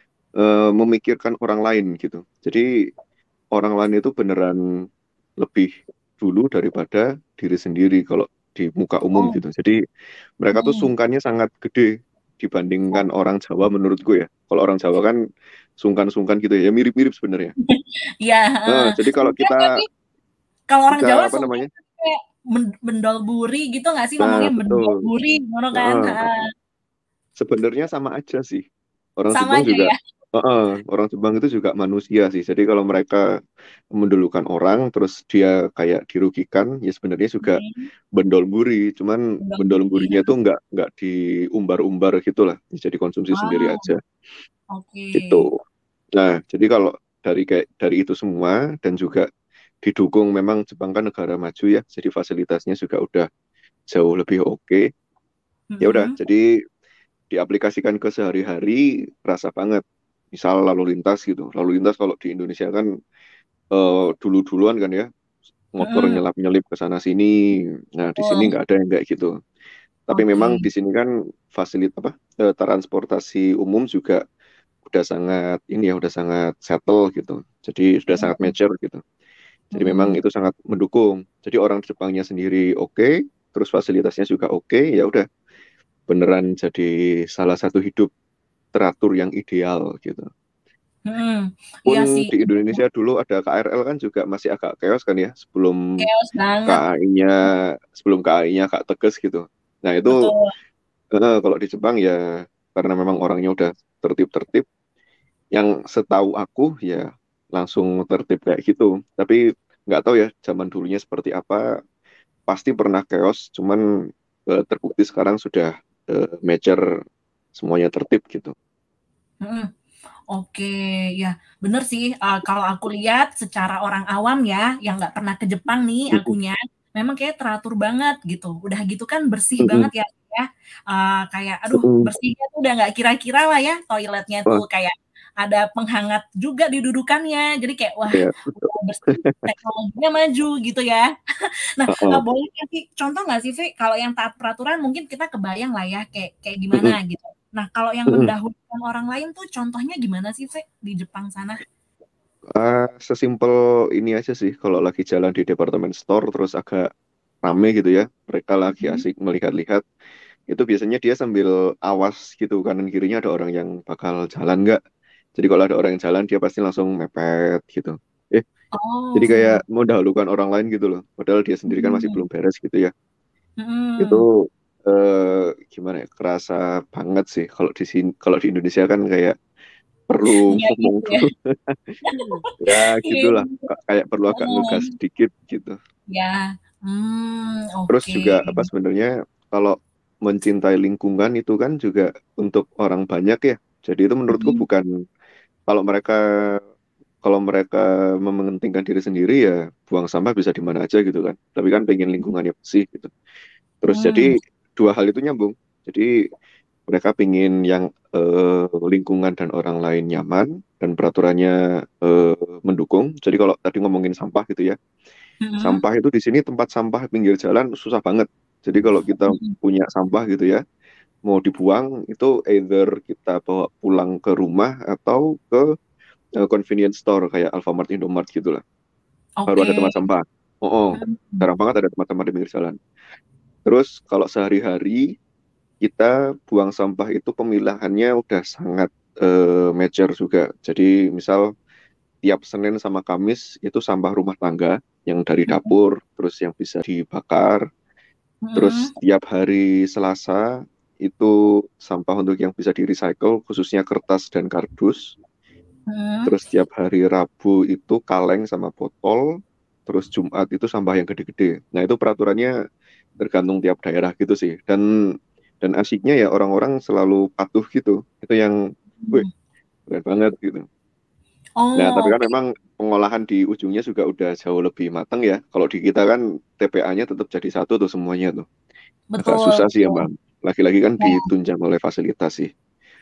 eh, memikirkan orang lain gitu. Jadi orang lain itu beneran lebih dulu daripada diri sendiri kalau di muka umum Oh. gitu. Jadi mereka tuh Mhm. sungkannya sangat gede dibandingkan Oke. orang Jawa menurutku ya. Kalau orang Jawa kan sungkan-sungkan gitu ya, ya mirip-mirip sebenarnya. Iya, heeh. Nah, jadi kalau Sungkan kita tapi kalau orang kita Jawa apa sungkan namanya? tapi kayak men- mendol buri gitu nggak sih Nah, ngomongnya mendol betul. buri, ngono kan? Heeh. Heeh. Sebenarnya sama aja sih. Orang Sama Jepang aja juga, ya. heeh, orang Jepang itu juga manusia sih. Jadi kalau mereka mendulukan orang, terus dia kayak dirugikan, ya sebenarnya juga Mhm. bendol buri. Cuman Mendol bendol buri. burinya tuh nggak nggak diumbar-umbar gitu lah. Jadi konsumsi sendiri Wow, aja oke. gitu. Nah, jadi kalau dari kayak dari itu semua dan juga didukung memang Jepang kan negara maju ya, jadi fasilitasnya juga udah jauh lebih oke. Ya udah, Mhm. jadi diaplikasikan ke sehari-hari rasa banget. Misal lalu lintas gitu. Lalu lintas kalau di Indonesia kan eh, dulu-duluan kan ya motor Mhm. nyelap-nyelip ke sana sini. Nah, di sini Betul. nggak ada yang kayak gitu. Tapi memang Oke. di sini kan fasilitas apa eh, transportasi umum juga udah sangat ini ya udah sangat settle gitu. Jadi sudah sangat Mhm. mature gitu. Jadi memang Mhm. itu sangat mendukung. Jadi orang Jepangnya sendiri oke, terus fasilitasnya juga oke, ya udah beneran jadi salah satu hidup teratur yang ideal gitu. Mhm. Iya Pun sih, di Indonesia dulu ada K R L kan juga masih agak chaos kan ya sebelum chaos banget. K A I-nya sebelum K A I-nya Kak Tegas gitu. Nah itu Betul. eh, kalau di Jepang ya karena memang orangnya udah tertib-tertib. Yang setahu aku ya langsung tertib kayak gitu. Tapi nggak tahu ya zaman dulunya seperti apa. Pasti pernah chaos, cuman eh, terbukti sekarang sudah eh, major semuanya tertib gitu. Mm-mm. Oke, ya bener sih. Eh, kalau aku lihat secara orang awam ya, yang nggak pernah ke Jepang nih Mm-mm. akunya, memang kayak teratur banget gitu. Udah gitu kan bersih Mm-mm. banget ya, ya. Eh, kayak, aduh Mm-mm. bersihnya tuh udah nggak kira-kira lah ya. Toiletnya Wah, tuh kayak ada penghangat juga di dudukannya. Jadi kayak wah ya. udah bersih, teknologinya maju gitu ya. Nah, eh, Uh-uh. boleh kasih contoh nggak sih, Vi? Kalau yang taat peraturan mungkin kita kebayang lah ya, kayak kayak gimana Mm-mm. gitu. Nah, kalau yang Mm-mm. mendahulukan orang lain tuh contohnya gimana sih, Vi, di Jepang sana? Ah, sesimpel ini aja sih, kalau lagi jalan di department store terus agak rame gitu ya, mereka lagi Hmm. asik melihat-lihat, itu biasanya dia sambil awas gitu, kanan kirinya ada orang yang bakal jalan nggak. Jadi kalau ada orang yang jalan, dia pasti langsung mepet gitu. Eh, jadi kayak Oh, mendahulukan orang lain gitu loh, padahal dia sendiri kan masih hmm, belum beres gitu ya. Itu hmm. eh, gimana ya, kerasa banget sih kalau di sini, kalau di Indonesia kan kayak perlu Iya ngomong gitu ya. dulu. Ya Iya, gitulah, K- kayak perlu agak oh, ngegas sedikit gitu. ya, hmm, Terus oke. juga apa sebenarnya, kalau mencintai lingkungan itu kan juga untuk orang banyak ya. Jadi itu menurutku Hmm, bukan, kalau mereka kalau mereka mementingkan diri sendiri ya buang sampah bisa di mana aja gitu kan. Tapi kan pengen lingkungannya bersih gitu. Terus jadi hmm, dua hal itu nyambung. Jadi mereka pingin yang eh, lingkungan dan orang lain nyaman dan peraturannya eh, mendukung. Jadi kalau tadi ngomongin sampah gitu ya, hmm, sampah itu di sini tempat sampah pinggir jalan susah banget. Jadi kalau kita hmm. punya sampah gitu ya, mau dibuang itu either kita bawa pulang ke rumah atau ke eh, convenience store kayak Alfamart, Indomart gitu lah. Baru ada Oke. tempat sampah. Oh, oh, Hmm, jarang banget ada tempat sampah di pinggir jalan. Terus kalau sehari-hari kita buang sampah itu pemilahannya udah sangat eh, major juga. Jadi misal tiap Senin sama Kamis itu sampah rumah tangga yang dari hmm, dapur, terus yang bisa dibakar. hmm, Terus tiap hari Selasa itu sampah untuk yang bisa di-recycle, khususnya kertas dan kardus. hmm. Terus tiap hari Rabu itu kaleng sama botol. Terus Jumat itu sampah yang gede-gede. Nah itu peraturannya tergantung tiap daerah gitu sih. Dan dan asiknya ya orang-orang selalu patuh gitu. Itu yang, wih, Hmm. keren banget gitu. Nah, tapi Oh, kan oke. memang pengolahan di ujungnya juga udah jauh lebih matang ya. Kalau di kita kan T P A-nya tetap jadi satu tuh semuanya tuh. Agak Betul, susah sih betul. emang. Lagi-lagi kan Ya. ditunjang oleh fasilitas sih.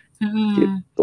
Hmm. Gitu.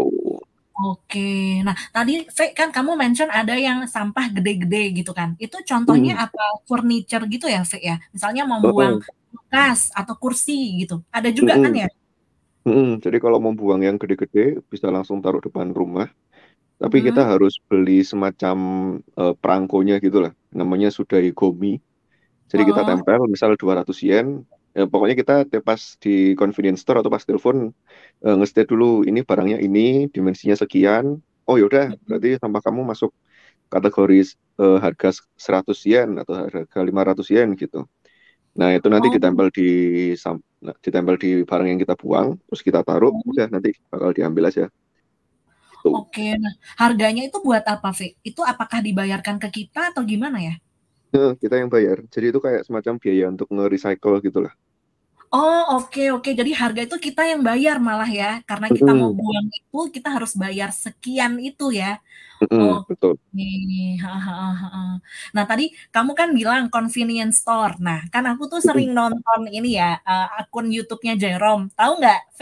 Oke. Nah, tadi V kan kamu mention ada yang sampah gede-gede gitu kan. Itu contohnya Hmm. apa furniture gitu ya, V ya? Misalnya mau buang Heeh. kulkas atau kursi gitu. Ada juga kan Mm-mm. ya? Mm-mm. Jadi kalau mau buang yang gede-gede bisa langsung taruh depan rumah. Tapi kita Hmm. harus beli semacam eh, perangkonya gitu lah. Namanya Sudai Gomi. Jadi kita Heeh. tempel misal dua ratus yen. Ya, pokoknya kita te- pas di convenience store atau pas telepon eh, nge-state dulu ini barangnya ini dimensinya sekian. Oh yaudah berarti sampah kamu masuk kategori eh, harga seratus yen atau harga lima ratus yen gitu. Nah itu nanti Oh, ditempel di sam- nah, ditempel di barang yang kita buang, terus kita taruh, udah nanti bakal diambil aja. Itu oke. Nah, harganya itu buat apa, V? Itu apakah dibayarkan ke kita atau gimana ya? kita yang bayar. Jadi itu kayak semacam biaya untuk nge-recycle gitu lah. Oh, oke, oke. Jadi harga itu kita yang bayar malah ya. Karena kita mau Mm-mm. buang itu, kita harus bayar sekian itu ya. Mm-mm, Oke, betul. heeh, heeh. Nah, tadi kamu kan bilang convenience store. Nah, kan aku tuh Mm-mm. sering nonton ini ya, eh, akun YouTube-nya Jerome. Tahu nggak, V?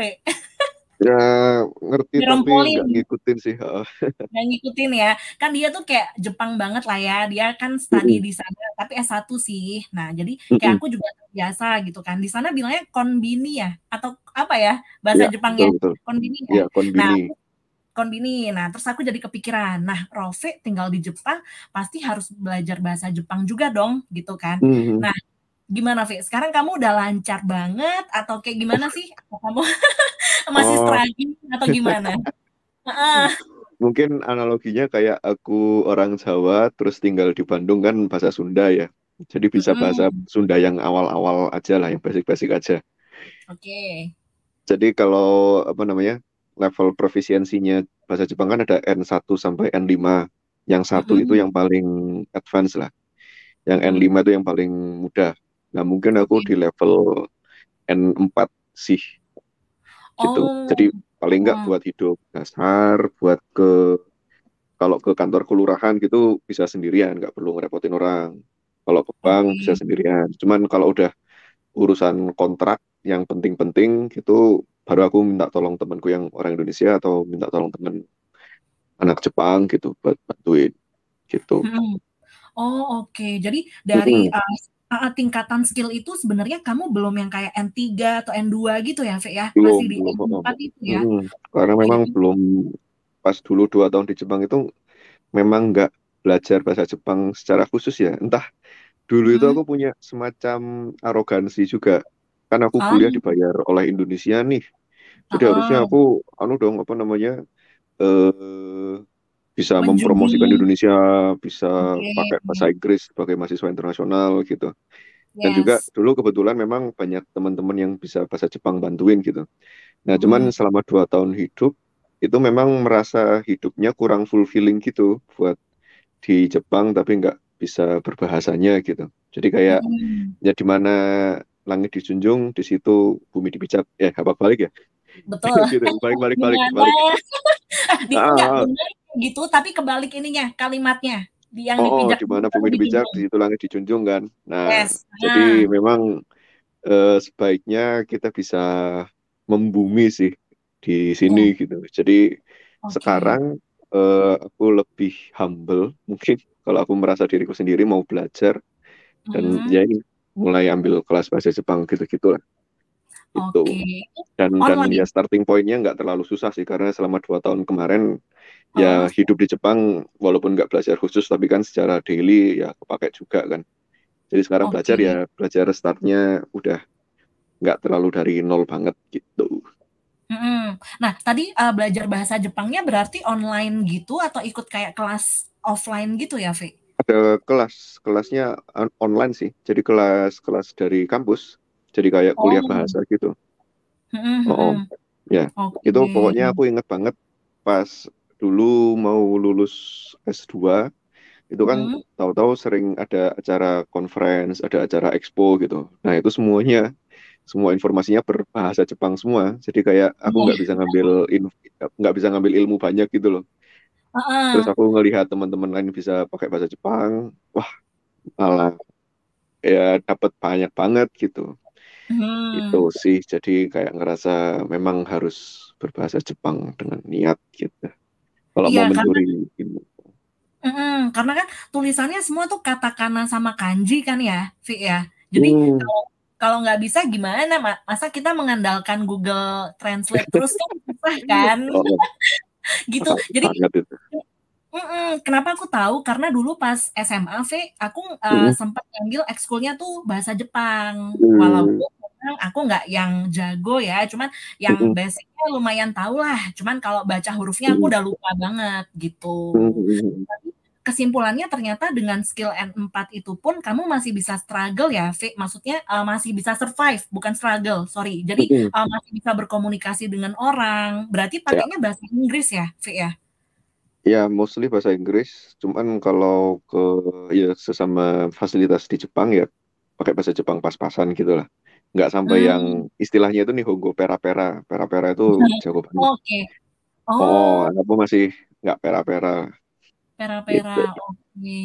Ya ngerti Jerome tapi nggak Pauline. ngikutin sih. Heeh. Yang ngikutin ya. Kan dia tuh kayak Jepang banget lah ya. Dia kan study Mm-mm. di sana, tapi S satu sih. Nah, jadi kayak Mm-mm. aku juga biasa gitu kan. Di sana bilangnya konbini ya atau apa ya bahasa Ya Jepangnya? betul betul. Konbini ya. Ya Nah, konbini. aku konbini. Nah, terus aku jadi kepikiran. Nah, Rove tinggal di Jepang pasti harus belajar bahasa Jepang juga dong, gitu kan. Mhm. Nah, gimana, Vi? Sekarang kamu udah lancar banget atau kayak gimana sih? Atau kamu masih Oh, struggling atau gimana? Heeh. mungkin analoginya kayak aku orang Jawa terus tinggal di Bandung kan bahasa Sunda ya. Jadi bisa bahasa Mm-mm. Sunda yang awal-awal aja lah, yang basic-basic aja. Oke. Jadi kalau apa namanya level profisiensinya bahasa Jepang kan ada N satu sampai N lima. Yang satu itu Mm-mm. yang paling advance lah. Yang N Mm. lima itu yang paling mudah. Nah, mungkin aku Oke. di level N empat sih gitu. Oh. Jadi paling nggak Hmm. buat hidup dasar, buat ke kalau ke kantor kelurahan gitu bisa sendirian, nggak perlu ngerepotin orang. Kalau ke bank bisa Oke. sendirian. Cuman kalau udah urusan kontrak yang penting-penting gitu, baru aku minta tolong temanku yang orang Indonesia atau minta tolong teman anak Jepang gitu buat bantuin gitu. Mm. Oh, oke. Jadi dari Mm-mm. uh, uh, tingkatan skill itu sebenarnya kamu belum yang kayak N tiga atau N dua gitu ya, Fe ya? Belum, Masih di belum. Oh, N empat itu ya? mm-mm. Karena Oke. memang belum pas dulu dua tahun di Jepang itu memang nggak belajar bahasa Jepang secara khusus ya. Entah dulu itu Hmm. aku punya semacam arogansi juga. Kan aku Oh, kuliah dibayar oleh Indonesia nih. Jadi harusnya uh-uh. aku anu dong apa namanya eh bisa mempromosikan Menjunjung. Indonesia, bisa Oke. pakai bahasa Inggris sebagai mahasiswa internasional gitu. Dan juga Yes. dulu kebetulan memang banyak teman-teman yang bisa bahasa Jepang bantuin gitu. Nah, cuman Mm. selama dua tahun hidup itu memang merasa hidupnya kurang fulfilling gitu buat di Jepang tapi nggak bisa berbahasanya gitu. Jadi kayak Mm-mm. ya di mana langit dijunjung di situ bumi dipijak ya habak balik ya Betul. gitu balik balik Di balik mana? balik Di ah, enggak ah, ah. benar gitu, tapi kebalik ininya kalimatnya. Di yang Oh, oh, dipijak di dulu mana baru bumi dipijak di dijunjung. situ langit dijunjung kan. Nah, Yes. jadi Nah, memang eh, sebaiknya kita bisa membumi sih di sini ya. gitu. Jadi Oke. sekarang eh, aku lebih humble mungkin kalau aku merasa diriku sendiri mau belajar dan ya Mm. ini mulai ambil kelas bahasa Jepang gitu-gitu lah itu. Oke. Dan dan ya Online. starting pointnya nggak terlalu susah sih karena selama dua tahun kemarin ya Oh, hidup di Jepang walaupun nggak belajar khusus tapi kan secara daily ya kepake juga kan. Jadi sekarang belajar ya oke. belajar startnya udah nggak terlalu dari nol banget gitu. Mm-mm. Nah, tadi uh, belajar bahasa Jepangnya berarti online gitu atau ikut kayak kelas offline gitu ya, Vi? Ada kelas, kelasnya on- online sih. Jadi kelas-kelas dari kampus. Jadi kayak kuliah Oh, bahasa gitu. mm-mm, Oh, oh. mm-mm. Ya, itu pokoknya Oke. aku inget banget pas dulu mau lulus S dua, itu kan Mm-mm. tahu-tahu sering ada acara conference, ada acara expo gitu. Nah, itu semuanya, semua informasinya berbahasa Jepang semua. Jadi kayak aku nggak Iya. bisa ngambil inf- nggak bisa ngambil ilmu banyak gitu loh. Terus Heeh. aku ngelihat teman-teman lain bisa pakai bahasa Jepang, wah malah ya dapat banyak banget gitu. Itu Hmm. sih, jadi kayak ngerasa memang harus berbahasa Jepang dengan niat gitu. Kalau Iya, mau karena mencuri ilmu. mm, karena kan tulisannya semua tuh katakana sama kanji kan ya, Vi ya. Jadi Hmm, kalau kalau nggak bisa gimana, Ma? Masa kita mengandalkan Google Translate terus kan susah kan, oh, gitu. paham Jadi banget itu. mm-mm, kenapa aku tahu? Karena dulu pas S M A, V, aku uh, Hmm, sempat ngambil ekskulnya tuh bahasa Jepang. hmm, Walaupun memang aku nggak yang jago ya, cuman yang hmm, basicnya lumayan tahu lah. Cuman kalau baca hurufnya aku hmm, udah lupa banget gitu. hmm, hmm, Tapi kesimpulannya ternyata dengan skill N empat itu pun kamu masih bisa struggle ya, V. Maksudnya uh, masih bisa survive, bukan struggle, sorry. hmm, Jadi hmm. uh, masih bisa berkomunikasi dengan orang. Berarti Ya, pakainya bahasa Inggris ya, V ya? ya mostly bahasa Inggris. Cuman kalau ke ya sesama fasilitas di Jepang ya pakai bahasa Jepang pas-pasan gitu lah. Nggak sampai yang Hmm. istilahnya itu nih Hongo pera-pera. Pera-pera itu jago banget. Oke. Oh, oh, Oh, aku masih nggak pera-pera pera-pera. gitu. Oke.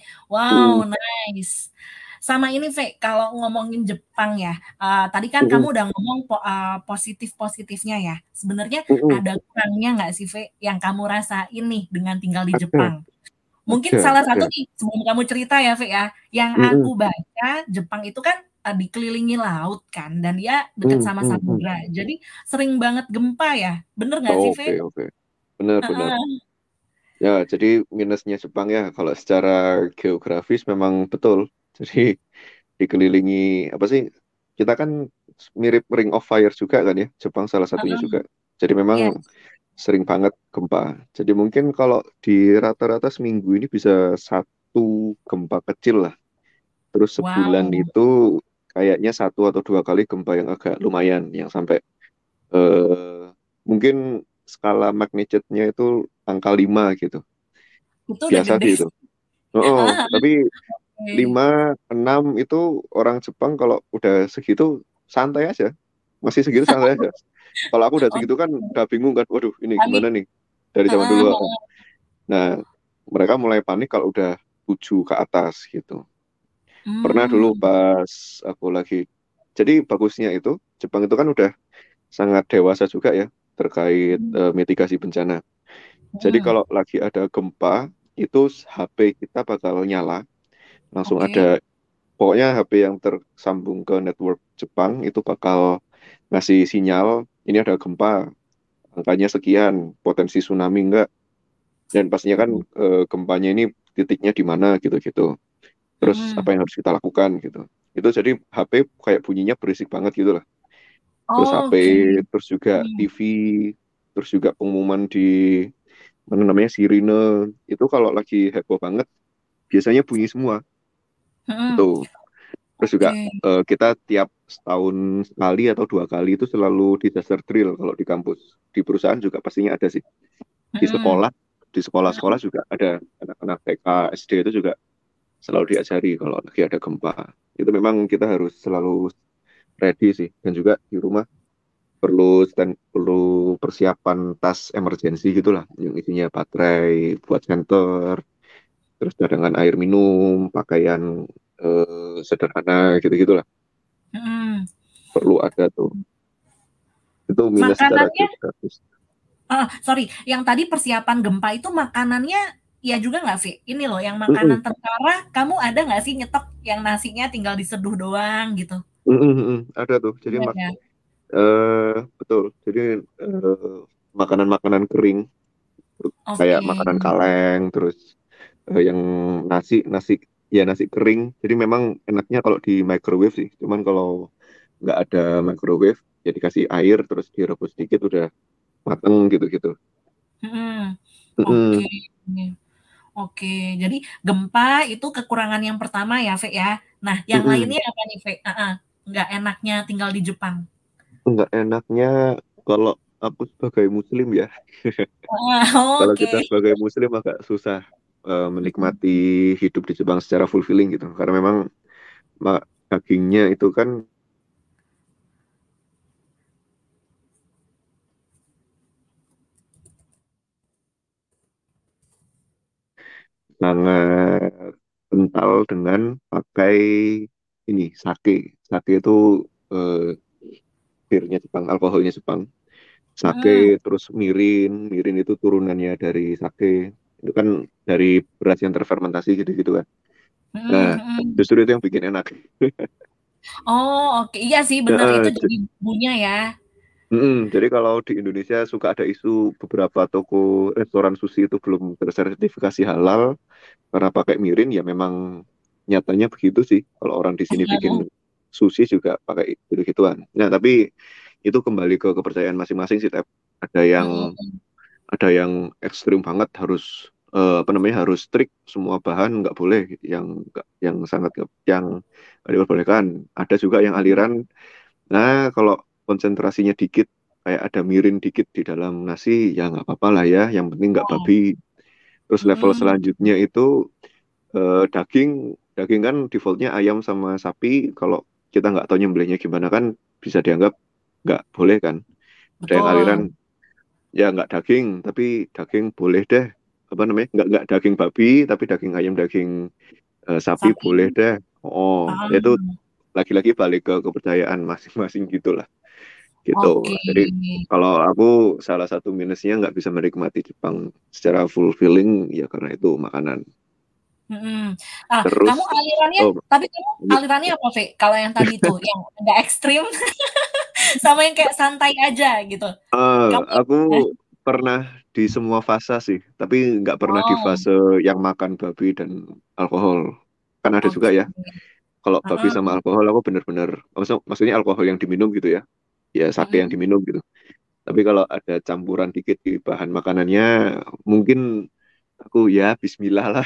Wow, Hmm, nice. Sama ini, Ve, kalau ngomongin Jepang ya, uh, tadi kan kamu hmm, udah ngomong po- uh, positif-positifnya ya. Sebenarnya hmm, ada kurangnya nggak sih, Ve, yang kamu rasain nih dengan tinggal di ada, Jepang? Mungkin ada, salah satu ada. nih, sebelum kamu cerita ya, Ve ya, yang aku Hmm, baca, Jepang itu kan uh, dikelilingi laut kan, dan dia deket hmm, sama hmm, hmm. samudra. Jadi sering banget gempa ya. Bener nggak sih, Ve? Oke, oke. Benar, benar. Heeh. Ya, jadi minusnya Jepang ya, kalau secara geografis memang betul. Jadi dikelilingi, apa sih, kita kan mirip Ring of Fire juga kan ya, Jepang salah satunya juga. Heeh. Jadi memang Yes. sering banget gempa. Jadi mungkin kalau di rata-rata seminggu ini bisa satu gempa kecil lah. Terus sebulan Wow. itu kayaknya satu atau dua kali gempa yang agak lumayan, yang sampai eh, mungkin skala magnitude-nya itu angka lima gitu. Itu udah biasa gede sih itu. sih. Oh, tapi Oke. lima enam itu orang Jepang kalau udah segitu santai aja. Masih segitu santai aja. Kalau aku udah segitu kan Oke. udah bingung kan, waduh ini Panik. gimana nih dari zaman Heeh, dulu. heeh. Nah, mereka mulai panik kalau udah tujuh ke atas gitu. Pernah dulu Hmm. pas aku lagi, jadi bagusnya itu Jepang itu kan udah sangat dewasa juga ya terkait Hmm. eh, mitigasi bencana. Jadi Hmm. kalau lagi ada gempa itu H P kita bakal nyala, langsung Oke. ada, pokoknya H P yang tersambung ke network Jepang itu bakal ngasih sinyal ini ada gempa, angkanya sekian, potensi tsunami enggak, dan pastinya kan Hmm. eh, gempanya ini titiknya di mana gitu-gitu. Terus apa Hmm. yang harus kita lakukan gitu. Itu jadi H P kayak bunyinya berisik banget gitu lah. Terus H P, Oke. terus juga Hmm. T V, terus juga pengumuman di mana namanya sirine itu kalau lagi heboh banget biasanya bunyi semua Hmm. itu. Terus juga Oke. eh, kita tiap setahun sekali atau dua kali itu selalu disaster drill kalau di kampus. Di perusahaan juga pastinya ada sih. Di Hmm. sekolah, di sekolah-sekolah Hmm. juga ada anak-anak T K, S D itu juga selalu diajari kalau lagi ada gempa. Itu memang kita harus selalu ready sih. Dan juga di rumah perlu stand, perlu persiapan tas emergency gitulah, yang isinya baterai buat senter, terus cadangan air minum, pakaian eh, sederhana gitu-gitulah. Hmm. Perlu ada tuh. Itu minus secara Makanannya, geografis. ah, sorry, yang tadi persiapan gempa itu makanannya ya juga nggak, Vi? Ini loh, yang Mm-mm, makanan tentara, kamu ada nggak sih nyetok yang nasinya tinggal diseduh doang gitu? mm-mm, mm-mm. Ada tuh. Jadi Ada mak ya? eh, betul. Jadi eh, makanan-makanan kering kayak Oke. makanan kaleng, terus eh, yang nasi nasi ya nasi kering. Jadi memang enaknya kalau di microwave sih. Cuman kalau nggak ada microwave, ya dikasih air terus direbus sedikit udah mateng gitu-gitu. Hmm. Oke. Mm-mm, Oke, jadi gempa itu kekurangan yang pertama ya, Ve ya. Nah, yang mm-mm. lainnya apa nih, Ve? Heeh, nggak enaknya tinggal di Jepang. Nggak enaknya kalau aku sebagai Muslim ya. Ah, Kalau kita oke. sebagai Muslim agak susah eh, Mhm. menikmati hidup di Jepang secara fulfilling gitu. Karena memang ma- dagingnya itu kan sangat kental dengan pakai ini sake. Sake itu eh, birnya Jepang, alkoholnya Jepang. Mhm. Sake terus mirin, mirin itu turunannya dari sake. Itu kan dari beras yang terfermentasi gitu-gitu kan. Nah, Mhm, mhm. justru itu yang bikin enak. Oh, oke. Iya sih, bener. Itu Nah, jadi bumbunya ya. mm-mm. Jadi kalau di Indonesia suka ada isu beberapa toko restoran sushi itu belum tersertifikasi halal karena pakai mirin, ya memang nyatanya begitu sih. Kalau orang di sini bikin sushi juga pakai gitu-gituan. Nah, tapi itu kembali ke kepercayaan masing-masing sih, Tep. Ada yang Mhm. ada yang ekstrim banget harus eh, apa namanya harus strict semua bahan nggak boleh, yang nggak- yang sangat nggak- yang nggak diperbolehkan. Ada juga yang Mhm. aliran. Nah, kalau konsentrasinya dikit, kayak ada mirin dikit di dalam nasi, ya nggak apa-apa lah ya. Yang penting nggak Oh. babi. Terus level Mhm. selanjutnya itu eh, daging. Daging kan defaultnya ayam sama sapi. Kalau kita nggak tahu nyembelihnya gimana kan bisa dianggap nggak boleh kan. Ada yang aliran, Betul. ya nggak daging, tapi daging boleh deh. Apa namanya? Nggak nggak daging babi, tapi daging ayam, daging eh, sapi Sapi. boleh deh. Oh, itu Ah, lagi-lagi balik ke kepercayaan masing-masing gitu gitu. oke. Jadi kalau aku salah satu minusnya nggak bisa menikmati Jepang secara fulfilling ya karena itu makanan. Mhm. Ah, Terus kamu alirannya oh tapi kamu ini alirannya apa, Ve? Kalau yang tadi tuh, yang agak ekstrim sama yang kayak santai aja gitu. eh, Kamu aku eh, pernah di semua fase sih, tapi nggak pernah di oh, fase yang makan babi dan alkohol. Kan ada juga oke. ya. Kalau babi Heeh. sama alkohol aku bener-bener, maksud- maksudnya alkohol yang diminum gitu ya, ya sake yang Mhm. diminum gitu. Tapi kalau ada campuran dikit di bahan makanannya, mungkin aku ya Bismillah lah.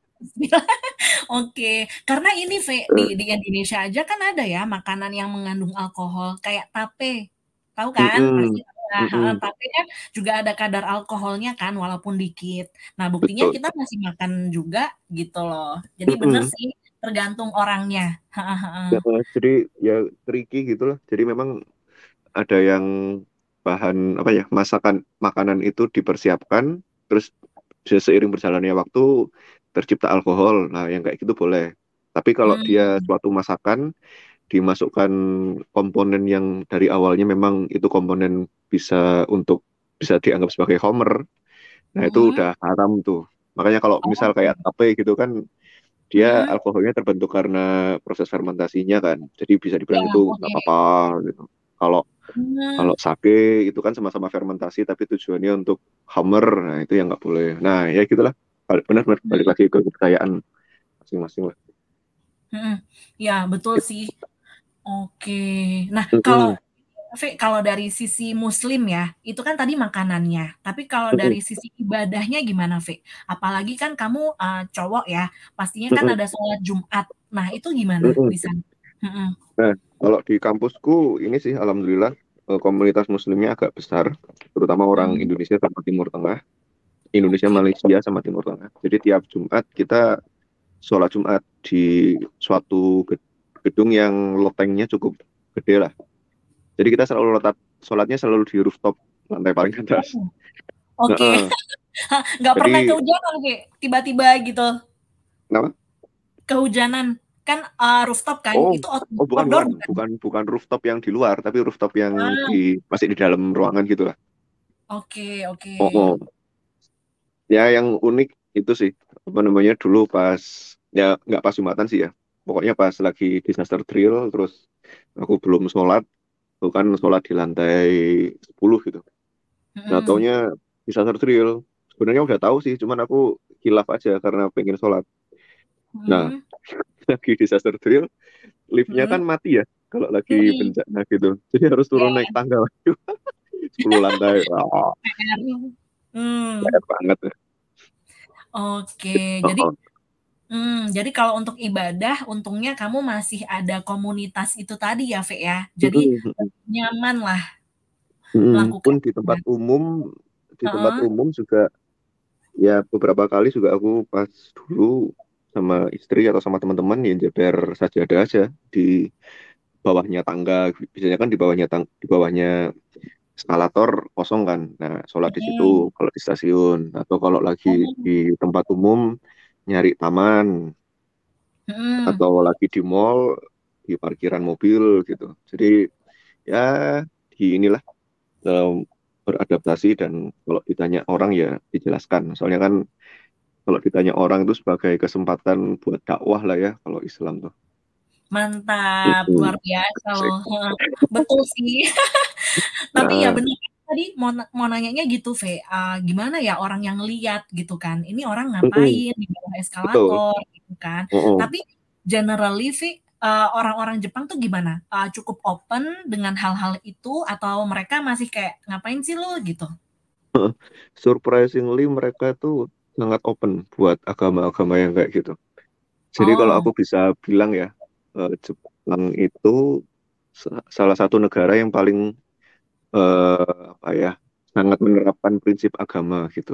Oke, karena ini Ve, di di Indonesia aja kan ada ya makanan yang mengandung alkohol kayak tape. Tahu kan? Pasti Mm-mm. tahu Nah, heeh, Mm-mm. tapi kan juga ada kadar alkoholnya kan walaupun dikit. Nah, buktinya Betul. kita masih makan juga gitu loh. Jadi bener Mm-mm. sih, tergantung orangnya. Heeh, heeh. Ya, eh, jadi ya tricky gitu lah. Jadi memang ada yang bahan apa ya, masakan makanan itu dipersiapkan, terus se- seiring berjalannya waktu tercipta alkohol. Nah, yang kayak gitu boleh. Tapi kalau dia Hmm. suatu masakan dimasukkan komponen yang dari awalnya memang itu komponen bisa untuk bisa dianggap sebagai homer, nah itu Mm-mm. udah haram tuh. Makanya kalau misal Oke. kayak tape gitu kan, dia Mm-mm. alkoholnya terbentuk karena proses fermentasinya kan, jadi bisa Ya, dibilang itu nggak oke. apa-apa gitu. Kalau Hmm. kalau sake itu kan sama-sama fermentasi tapi tujuannya untuk homer, nah itu yang nggak boleh. Nah ya gitulah. Balik- benar benar balik lagi ke kebudayaan masing-masing lah. Mm-mm. Ya, betul sih. Oke. Nah, kalau Mm-mm. V, kalau dari sisi Muslim ya, itu kan tadi makanannya. Tapi kalau Mm-mm. dari sisi ibadahnya gimana, V? Apalagi kan kamu uh, cowok ya, pastinya kan Mm-mm. ada sholat Jumat. Nah, itu gimana Mm-mm. di sana? Mm-mm. Nah, kalau di kampusku ini sih alhamdulillah eh, komunitas muslimnya agak besar, terutama orang Mm-mm. Indonesia sama Timur Tengah, Indonesia, Oke. Malaysia sama Timur Tengah. Jadi tiap Jumat kita sholat Jumat di suatu ge- gedung yang lotengnya cukup gede lah. Jadi kita selalu letak sholatnya selalu di rooftop lantai paling atas. Oh, Nah, oke. eh, Nggak pernah jadi kehujanan, V? Tiba-tiba gitu. kenapa? Kehujanan. Kan uh, rooftop kan? Oh, Itu out- oh bukan outdoor bukan bukan? bukan bukan rooftop yang di luar, tapi rooftop yang Ah, di masih di dalam ruangan gitu lah. oke, oke. Oh, oh. Ya, yang unik itu sih, apa namanya, dulu pas, ya nggak pas Jumatan sih ya. Pokoknya pas lagi disaster drill, terus aku belum sholat, aku kan sholat di lantai sepuluh gitu. Nah, Mm-mm. taunya disaster drill. Sebenarnya udah tahu sih, cuman aku kilaf aja karena pengen sholat. Nah, Mm-mm. lagi disaster drill, liftnya Mm-mm. kan mati ya, kalau lagi Yoi. bencana gitu. Jadi harus Ya, turun naik tangga sepuluh lantai. Wah, P R. Hmm. keren banget. Oke, Oh, jadi oh. hmm, jadi kalau untuk ibadah, untungnya kamu masih ada komunitas itu tadi ya, Ve ya. Jadi Mm-mm, mm-mm. nyaman lah Mm-mm. Pun di tempat melakukannya. umum, di tempat Heeh. umum juga ya beberapa kali juga aku pas dulu sama istri atau sama teman-teman yang jeber sajadah aja di bawahnya tangga. Biasanya kan di bawahnya tang di bawahnya eskalator kosong kan. Nah, sholat di Mm-mm. situ kalau di stasiun atau kalau lagi Oh, di tempat umum nyari taman mm-mm. atau lagi di mall di parkiran mobil gitu. Jadi ya di inilah dalam beradaptasi dan kalau ditanya orang ya dijelaskan. Soalnya kan kalau ditanya orang itu sebagai kesempatan buat dakwah lah ya kalau Islam tuh. Mantap, Mm-mm. luar biasa Asik. loh. Heeh. Betul sih. Tapi ya Nah, benar tadi mau mau nanyanya gitu, Ve. Ah, gimana ya orang yang lihat gitu kan? Ini orang mm-mm, ngapain di bawah betul. eskalator gitu kan? Mm-mm. Tapi generally, Ve, eh, orang-orang Jepang tuh gimana? Ah, cukup open dengan hal-hal itu atau mereka masih kayak ngapain sih lo gitu? Surprisingly mereka tuh sangat open buat agama-agama yang kayak gitu. Jadi kalau Oh, aku bisa bilang ya, eh, Jepang itu sa- salah satu negara yang paling eh, apa ya, sangat menerapkan prinsip agama gitu.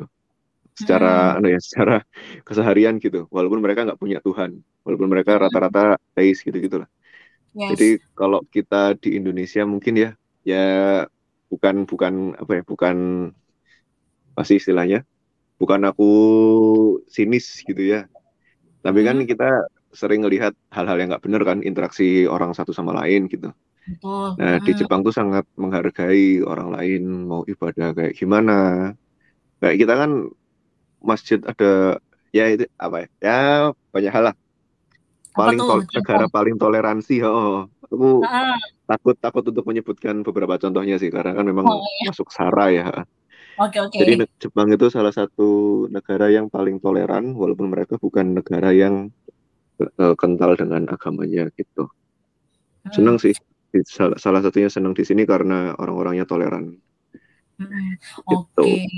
mm, Secara anu ya, secara keseharian gitu. Walaupun mereka nggak punya Tuhan, walaupun mereka mm, rata-rata ateis gitu-gitu lah. yes. Jadi kalau kita di Indonesia mungkin ya, ya bukan bukan apa ya, bukan pasti istilahnya, bukan aku sinis gitu ya. Tapi kan Mm, kita sering ngelihat hal-hal yang nggak bener kan, interaksi orang satu sama lain gitu. betul. Nah, di Mm, Jepang tuh sangat menghargai orang lain mau ibadah kayak gimana. Kayak kita kan masjid ada ya itu apa ya? Ya banyak hal lah. apa Paling tuh? tol- Contoh. negara paling toleransi, oh, aku Ah, takut takut untuk menyebutkan beberapa contohnya sih karena kan memang oh, iya. masuk sara ya. Oke, Jadi oke. ne- Jepang itu salah satu negara yang paling toleran walaupun mereka bukan negara yang eh, kental dengan agamanya gitu. Senang Mm. sih. Di- Salah, salah satunya senang di sini karena orang-orangnya toleran Mm, gitu. oke,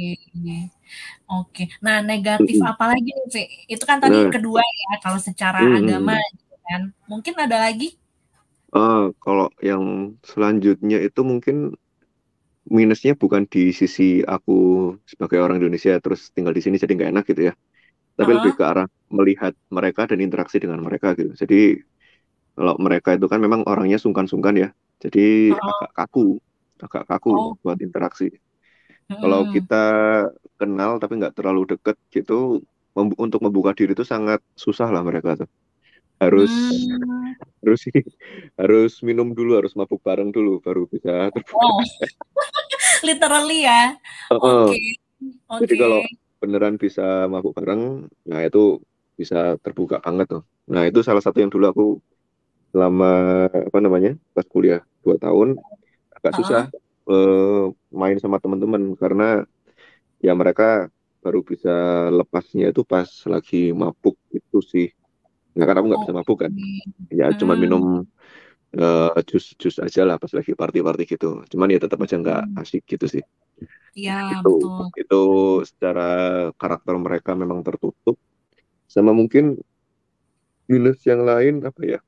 oke. Nah, negatif Mm-mm. apa lagi nih, Vi? Itu kan tadi Nah, kedua ya, kalau secara agama mm-mm. gitu kan. Mungkin ada lagi? Ah, kalau yang selanjutnya itu mungkin minusnya bukan di sisi aku sebagai orang Indonesia terus tinggal di sini jadi nggak enak gitu ya. Tapi lebih Heeh. ke arah melihat mereka dan interaksi dengan mereka gitu. Jadi kalau mereka itu kan memang orangnya sungkan-sungkan ya. Jadi Heeh. agak kaku, agak kaku Oh. buat interaksi. Kalau Mm-mm. kita kenal tapi nggak terlalu deket gitu, mem- untuk membuka diri itu sangat susah lah mereka tuh. Harus Hmm. harus harus minum dulu, harus mabuk bareng dulu baru bisa terbuka. Wow, literally ya. Heeh. Oke, Jadi oke. kalau beneran bisa mabuk bareng, nah itu bisa terbuka banget tuh. Nah itu salah satu yang dulu aku selama apa namanya pas kuliah dua tahun agak susah Heeh. eh, main sama teman-teman karena ya mereka baru bisa lepasnya itu pas lagi mabuk itu sih. Nah karena aku nggak bisa Oke. mabuk kan, ya cuma Hmm. minum eh, jus-jus aja lah pas lagi party-party gitu. Cuman ya tetap aja nggak Hmm. asik gitu sih. Iya, Itu betul. itu secara karakter mereka memang tertutup. Sama mungkin minus yang lain apa ya?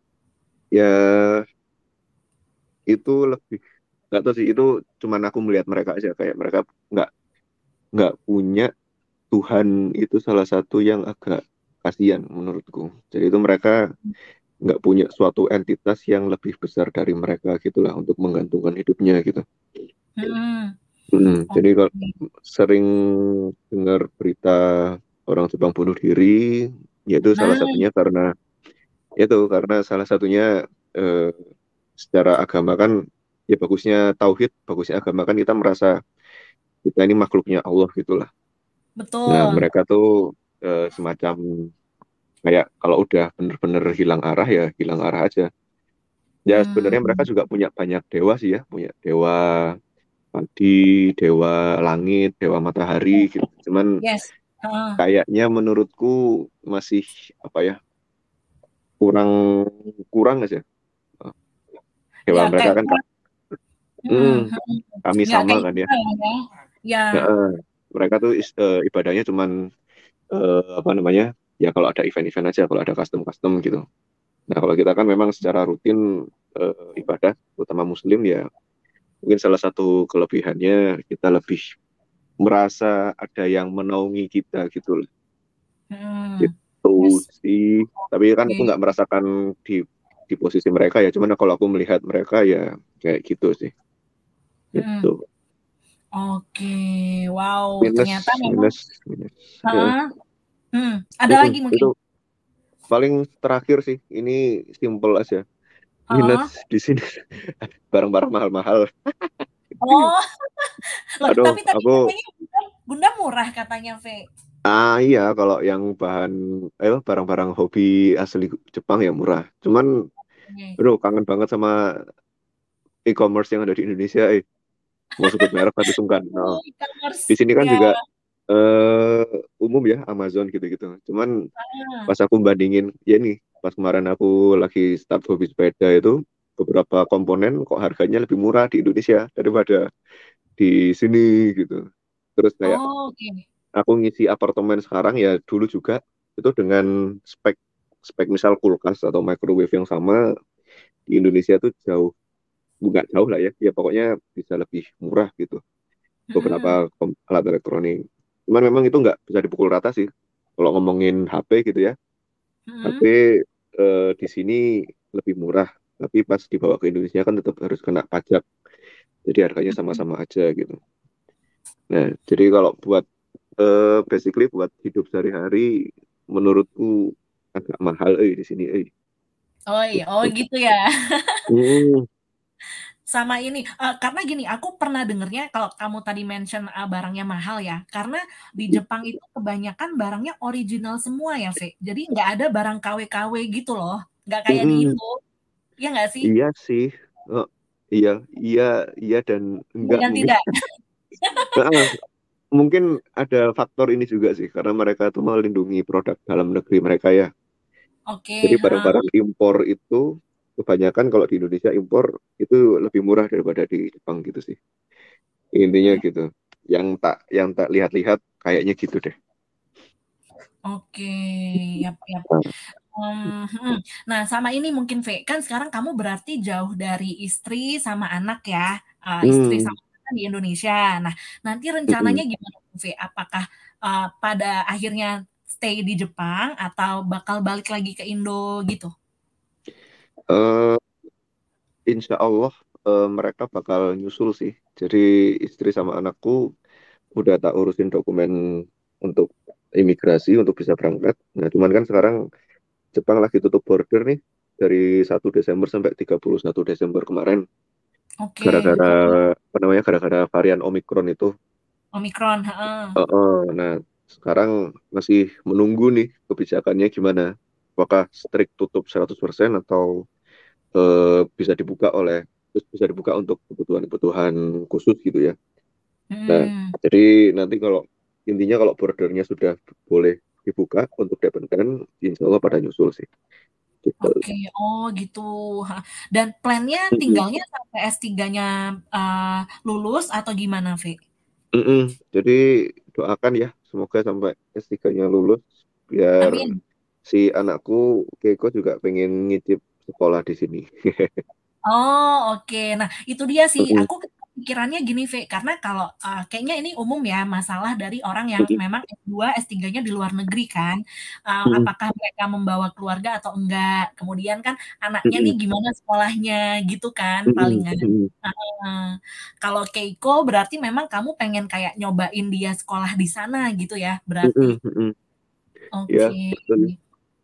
Ya itu lebih nggak tahu sih itu cuman aku melihat mereka aja kayak mereka nggak nggak punya Tuhan itu salah satu yang agak kasihan menurutku. Jadi itu mereka nggak punya suatu entitas yang lebih besar dari mereka gitulah untuk menggantungkan hidupnya gitu. Hmm. Mm, jadi kalau Oke. sering dengar berita orang Jepang bunuh diri, yaitu salah Nah, satunya karena itu karena salah satunya eh, secara agama kan ya bagusnya tauhid, bagusnya agama kan kita merasa kita ini makhluknya Allah gitulah. Nah betul. mereka tuh eh, semacam kayak kalau udah bener-bener hilang arah ya hilang arah aja. Ya sebenarnya mereka Hmm. juga punya banyak dewa sih ya, punya dewa padi, dewa langit, dewa matahari gitu. Cuman Yes. Heeh. kayaknya menurutku masih apa ya kurang kurang aja. Ya, Dewa mereka kayak kan kurang. hmm, Mm-mm. Mm-mm. kami Nggak sama kayak kan ya. kita ya. Ya. Heeh. Mereka tuh is- eh, ibadahnya cuman eh, apa namanya ya kalau ada event-event aja, kalau ada custom-custom gitu. Nah kalau kita kan memang secara rutin eh, ibadah, terutama Muslim ya mungkin salah satu kelebihannya kita lebih merasa ada yang menaungi kita gitu loh. Hmm. Gitu Yes. sih. Tapi kan aku Oke. nggak merasakan di di posisi mereka ya. Cuman kalau aku melihat mereka ya kayak gitu sih. Hmm. Gitu. Oke. Wow, ternyata Minus, memang. minus, minus. Ya. Heeh. Hmm. Ada Mm-mm. lagi mungkin. Itu paling terakhir sih. Ini simple aja. Minus Heeh. di sini barang-barang mahal-mahal. Oh, loh, Aduh, tapi tadi aku katanya Gundam, Gundam murah katanya, V. ah iya kalau yang bahan eh barang-barang hobi asli Jepang ya murah. Cuman Oke. aduh kangen banget sama e-commerce yang ada di Indonesia. Eh, mau sebut merek tapi sungkan. Nah, Oh, di e-commerce. sini kan Ya. juga eh, umum ya Amazon gitu-gitu. Cuman Ah. pas aku bandingin, ya nih pas kemarin aku lagi start hobi sepeda itu beberapa komponen kok harganya lebih murah di Indonesia daripada di sini gitu. Terus kayak Oh, oke. aku ngisi apartemen sekarang ya dulu juga itu dengan spek spek misal kulkas atau microwave yang sama di Indonesia tuh jauh nggak jauh lah ya ya pokoknya bisa lebih murah gitu beberapa Mm-mm. kom- alat elektronik. Cuman memang itu nggak bisa dipukul rata sih. Kalau ngomongin H P gitu ya, H P Mm-mm. eh, di sini lebih murah. Tapi pas dibawa ke Indonesia kan tetap harus kena pajak. Jadi harganya Mm-mm. sama-sama aja gitu. Nah, jadi kalau buat eh, basically buat hidup sehari-hari, menurutku agak mahal eh di sini eh. Oh iya, oh Gitu. gitu ya. Hmm, Sama ini, eh, karena gini, aku pernah dengernya kalau kamu tadi mention eh, barangnya mahal ya, karena di Jepang itu kebanyakan barangnya original semua ya, V. Jadi nggak ada barang K W-K W gitu loh, nggak kayak di mm-mm. Indo, ya nggak sih? Iya sih. Oh, iya, iya, iya dan enggak Dan mungkin. tidak. Mungkin ada faktor ini juga sih, karena mereka tuh melindungi produk dalam negeri mereka ya. Jadi Oke, ha. barang-barang impor itu kebanyakan kalau di Indonesia impor itu lebih murah daripada di Jepang gitu sih. Intinya Hmm, gitu. Yang tak yang tak lihat-lihat kayaknya gitu deh. oke, yap, yap. Nah, Mmm, mhm. Nah, sama ini mungkin, V, kan sekarang kamu berarti jauh dari istri sama anak ya, eee, istri hmm, sama kan di Indonesia. Nah, nanti Mm-mm. rencananya gimana tuh, V? Apakah uh, pada akhirnya stay di Jepang atau bakal balik lagi ke Indo gitu? Eh, Insya Allah eh, mereka bakal nyusul sih. Jadi istri sama anakku udah tak urusin dokumen untuk imigrasi untuk bisa berangkat. Nah, cuman kan sekarang Jepang lagi tutup border nih dari satu Desember sampai tiga puluh satu Desember kemarin. Oke, Gara-gara apa namanya? Gara-gara varian Omicron itu. Omikron, heeh. Eh, eh, nah, sekarang masih menunggu nih kebijakannya gimana. Apakah strict tutup seratus persen atau eh, bisa dibuka oleh bisa dibuka untuk kebutuhan-kebutuhan khusus gitu ya. Nah, Hmm. jadi nanti kalau intinya kalau bordernya sudah boleh dibuka untuk dependen, insya Allah pada nyusul sih. Gitu. Oke, oh gitu. Ha. Dan plannya Mm-mm. tinggalnya sampai S tiga-nya uh, lulus atau gimana, V? Mm-mm. Jadi doakan ya, semoga sampai S tiga-nya lulus, biar Amin. si anakku Keiko juga pengen ngicip sekolah di sini. Oh, oke. Nah, itu dia sih. Mm-mm. Aku pikirannya gini, V. Karena kalau uh, kayaknya ini umum ya, masalah dari orang yang Mm-mm. memang S dua, S tiga-nya di luar negeri kan. Uh, Mm-mm. apakah mereka membawa keluarga atau enggak. Kemudian kan anaknya nih Mm-mm. gimana sekolahnya gitu kan, Mm-mm. palingan. Mm-mm. Heeh. Kalau Keiko berarti memang kamu pengen kayak nyobain dia sekolah di sana gitu ya, berarti. Mm-mm. Mm-mm. Ya, Oke. betul.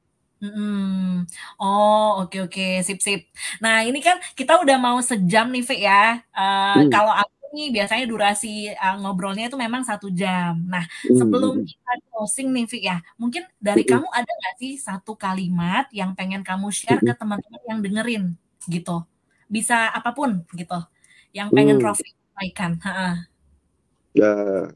Mhm. Oh, oke oke, sip sip. Nah, ini kan kita udah mau sejam nih, Fik ya. Eee, Mm. kalau aku nih biasanya durasi, eee, ngobrolnya itu memang satu jam. Nah, sebelum Mm-mm. kita closing nih, Fik ya, mungkin dari Mm-mm. kamu ada nggak sih satu kalimat yang pengen kamu share ke Mm-mm. teman-teman yang dengerin, gitu? Bisa apapun gitu, yang pengen Mm. Rofik sampaikan? Heeh. Ya,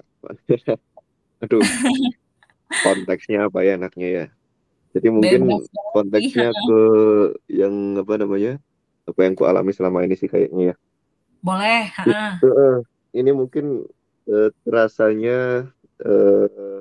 aduh, konteksnya apa ya enaknya ya? Jadi mungkin Bebas banget sih, konteksnya ke yang apa namanya? Apa yang ku alami selama ini sih kayaknya ya. boleh, heeh. Itu, eh, ini mungkin eh, rasanya eh,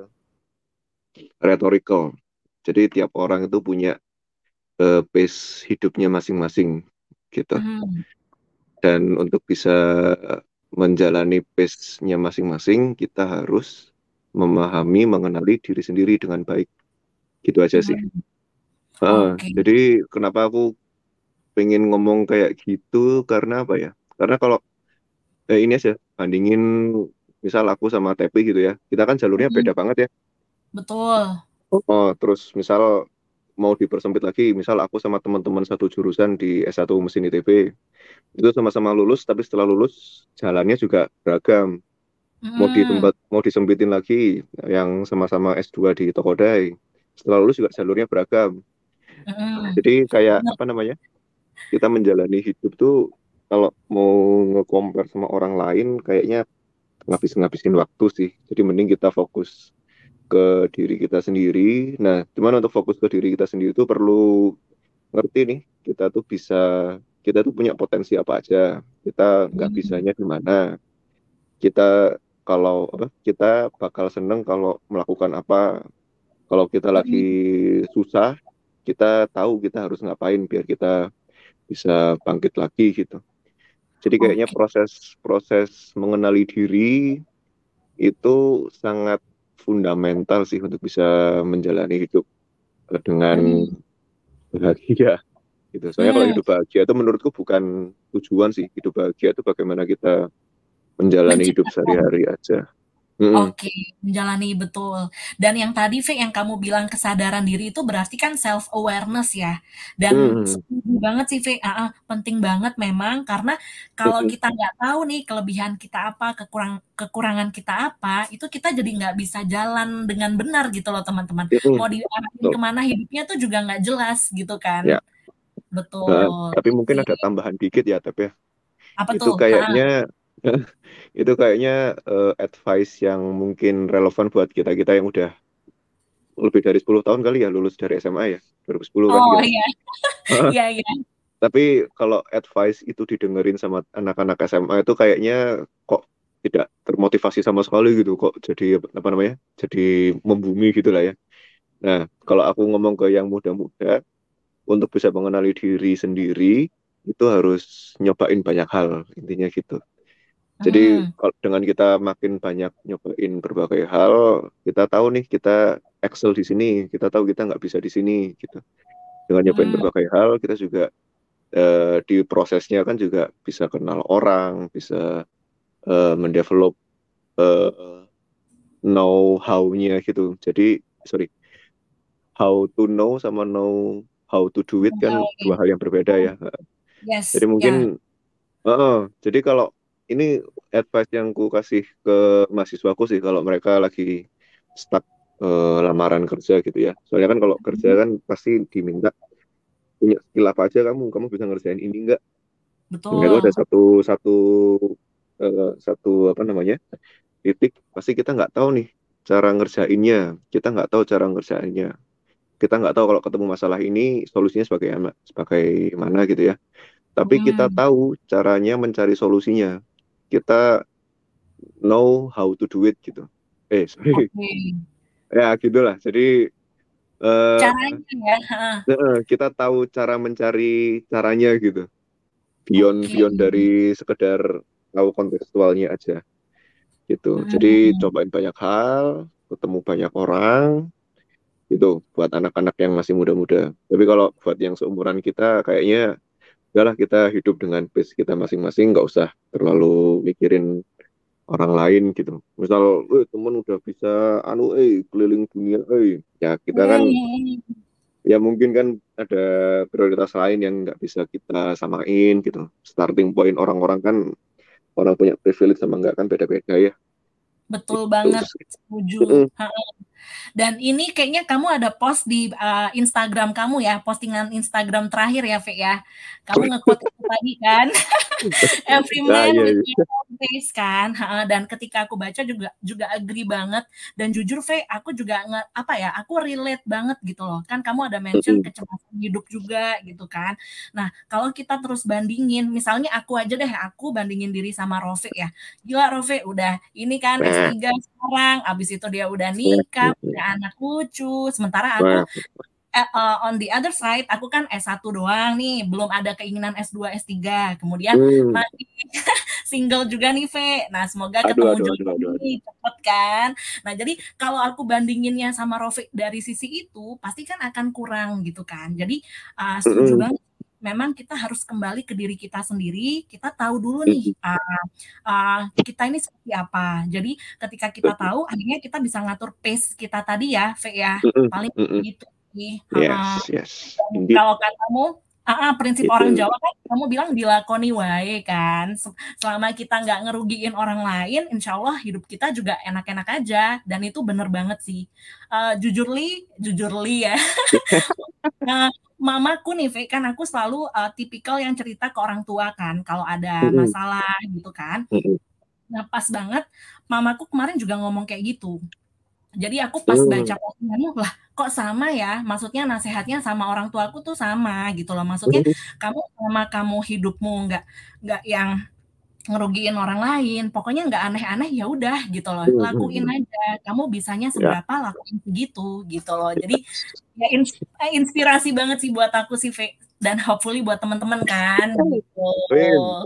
rhetorical. Jadi tiap orang itu punya eh, pace hidupnya masing-masing gitu. Mhm. Dan untuk bisa menjalani pace-nya masing-masing, kita harus memahami, mengenali diri sendiri dengan baik. Gitu aja sih. Mhm. Ah, Oke. jadi kenapa aku pengen ngomong kayak gitu karena apa ya? Karena kalau eh, ini aja bandingin misal aku sama Tepi gitu ya, kita kan jalurnya Mhm. beda banget ya. Betul. Oh, terus misal mau dipersempit lagi, misal aku sama teman-teman satu jurusan di S satu Mesin I T B, itu sama-sama lulus, tapi setelah lulus jalannya juga beragam. Mau di Mhm. tempat mau disempitin lagi yang sama-sama S dua di Tokodai. Setelah lulus juga jalurnya beragam. Mhm. Jadi kayak Bener. apa namanya? Kita menjalani hidup tuh kalau mau nge-compare sama orang lain kayaknya ngabis-ngabisin waktu sih. Jadi mending kita fokus ke diri kita sendiri. Nah, cuman untuk fokus ke diri kita sendiri itu perlu ngerti nih, kita tuh bisa, kita tuh punya potensi apa aja. Kita nggak Mhm. bisanya di mana. Kita kalau apa, kita bakal seneng kalau melakukan apa. Kalau kita lagi Mhm. susah, kita tahu kita harus ngapain biar kita bisa bangkit lagi gitu. Jadi kayaknya Oke. proses proses mengenali diri itu sangat fundamental sih untuk bisa menjalani hidup eh, dengan Mhm. bahagia gitu. Soalnya kalau Mmm, hidup bahagia itu menurutku bukan tujuan sih. Hidup bahagia itu bagaimana kita menjalani hidup menciptakan. sehari-hari aja. Mm-mm. Oke, menjalani betul. Dan yang tadi, V, yang kamu bilang kesadaran diri itu berarti kan self awareness ya. Dan Mm-mm. setuju banget sih, V, heeh, penting banget memang karena kalau Mm-mm. kita nggak tahu nih kelebihan kita apa, kekurang kekurangan kita apa, itu kita jadi nggak bisa jalan dengan benar gitu loh teman-teman. Mm-mm. Mau diarahin Betul. kemana hidupnya tuh juga nggak jelas gitu kan. Ya, eh, Betul. tapi mungkin Oke. ada tambahan dikit ya, tapi ya. Apa Itu tuh? Heeh. kayaknya itu kayaknya eh, advice yang mungkin relevan buat kita-kita yang udah lebih dari sepuluh tahun kali ya lulus dari S M A ya, dua ribu sepuluh kan Oh kita. iya, iya iya. Tapi kalau advice itu didengerin sama anak-anak S M A itu kayaknya kok tidak termotivasi sama sekali gitu, kok jadi apa namanya? Jadi membumi gitu lah ya. Nah, kalau aku ngomong ke yang muda-muda, untuk bisa mengenali diri sendiri itu harus nyobain banyak hal, intinya gitu. Jadi Hmm. kalau dengan kita makin banyak nyobain berbagai hal, kita tahu nih kita excel di sini, kita tahu kita nggak bisa di sini gitu. Dengan nyobain Hmm. berbagai hal, kita juga eh, di prosesnya kan juga bisa kenal orang, bisa eh, mendevelop eh, know how-nya gitu. Jadi sorry, how to know sama know how to do it kan Baik. dua hal yang berbeda ya. Jadi Yes, ya. mungkin, eh, jadi kalau ini advice yang ku kasih ke mahasiswaku sih, kalau mereka lagi stuck eh, lamaran kerja gitu ya. Soalnya kan kalau kerja kan pasti diminta punya skill apa aja kamu, kamu bisa ngerjain ini enggak. Nah, itu ada Betul. satu satu eh, satu apa namanya titik, pasti kita nggak tahu nih cara ngerjainnya, kita nggak tahu cara ngerjainnya, kita nggak tahu kalau ketemu masalah ini solusinya sebagai ama- sebagai mana gitu ya. Tapi kita Hmm. tahu caranya mencari solusinya, kita know how to do it gitu. Eh sorry, Oke. ya gitulah. Jadi eh Caranya ya. Ha. eh, kita tahu cara mencari caranya gitu. Beyond Oke. beyond dari sekedar tahu kontekstualnya aja gitu. Jadi Hmm. cobain banyak hal, ketemu banyak orang itu buat anak-anak yang masih muda-muda. Tapi kalau buat yang seumuran kita kayaknya udahlah kita hidup dengan pace kita masing-masing, nggak usah terlalu mikirin orang lain gitu. Misal, eh temen udah bisa anu eh keliling dunia eh ya kita kan Hmm. ya mungkin kan ada prioritas lain yang nggak bisa kita samain gitu. Starting point orang-orang kan orang punya privilege sama nggak kan beda-beda ya. Betul Gitu banget, sih. setuju. Mm-mm. Ha. Dan ini kayaknya kamu ada post di uh, Instagram kamu ya, postingan Instagram terakhir ya, Fe ya. Kamu nge-quote itu tadi kan, every Ah man iya with iya. their own taste kan. Ha, dan ketika aku baca juga juga agree banget. Dan jujur, Fe, aku juga nge, apa ya, aku relate banget gitu loh. Kan kamu ada mention Mm-mm. kecemasan hidup juga gitu kan. Nah, kalau kita terus bandingin, misalnya aku aja deh, aku bandingin diri sama Rofi ya. Gila Rofi, udah ini kan S Nah, tiga sekarang, abis itu dia udah nah, nikah, punya anak lucu. Sementara aku nah, eh, uh, on the other side, aku kan S satu doang nih, belum ada keinginan S dua, S tiga. Kemudian hmm. masih single juga nih, Ve. Nah, semoga Aduh, ketemu aduh, aduh, jodoh aduh, aduh. nih, cepet kan. Nah, jadi kalau aku bandinginnya sama Rofi dari sisi itu, pasti kan akan kurang gitu kan. Jadi, uh, setuju Mm-mm. banget. Memang kita harus kembali ke diri kita sendiri. Kita tahu dulu nih, Mm-mm. uh, uh, kita ini seperti apa. Jadi, ketika kita tahu, akhirnya kita bisa ngatur pace kita tadi ya, Ve ya. Mm-mm. Paling Mm-mm. gitu sih. Heeh. Yes, yes, indeed Kalau katamu, ah, ah, prinsip orang itu. Jawa kan, kamu bilang dilakoni wae kan. Se- Selama kita nggak ngerugiin orang lain, insya Allah hidup kita juga enak-enak aja. Dan itu bener banget sih. Eh, jujur li, jujur li ya. Nah, mamaku nih, Fe, kan aku selalu eh, tipikal yang cerita ke orang tua kan, kalau ada Mm-mm. masalah gitu kan. Mm-mm. Nah, pas banget, mamaku kemarin juga ngomong kayak gitu. Jadi aku pas baca Mm. postinganmu, lah kok sama ya? Maksudnya nasehatnya sama orang tuaku tuh sama gitu loh. Maksudnya Mm. kamu sama kamu hidupmu nggak nggak yang ngerugiin orang lain, pokoknya nggak aneh-aneh ya udah gitu loh. Lakuin Mm. aja. Kamu bisanya Ya, seberapa lakuin segitu gitu loh. Jadi yes. ya ins- eh, inspirasi banget sih buat aku sih, Fe. Dan hopefully buat teman-teman kan gitu. Amin.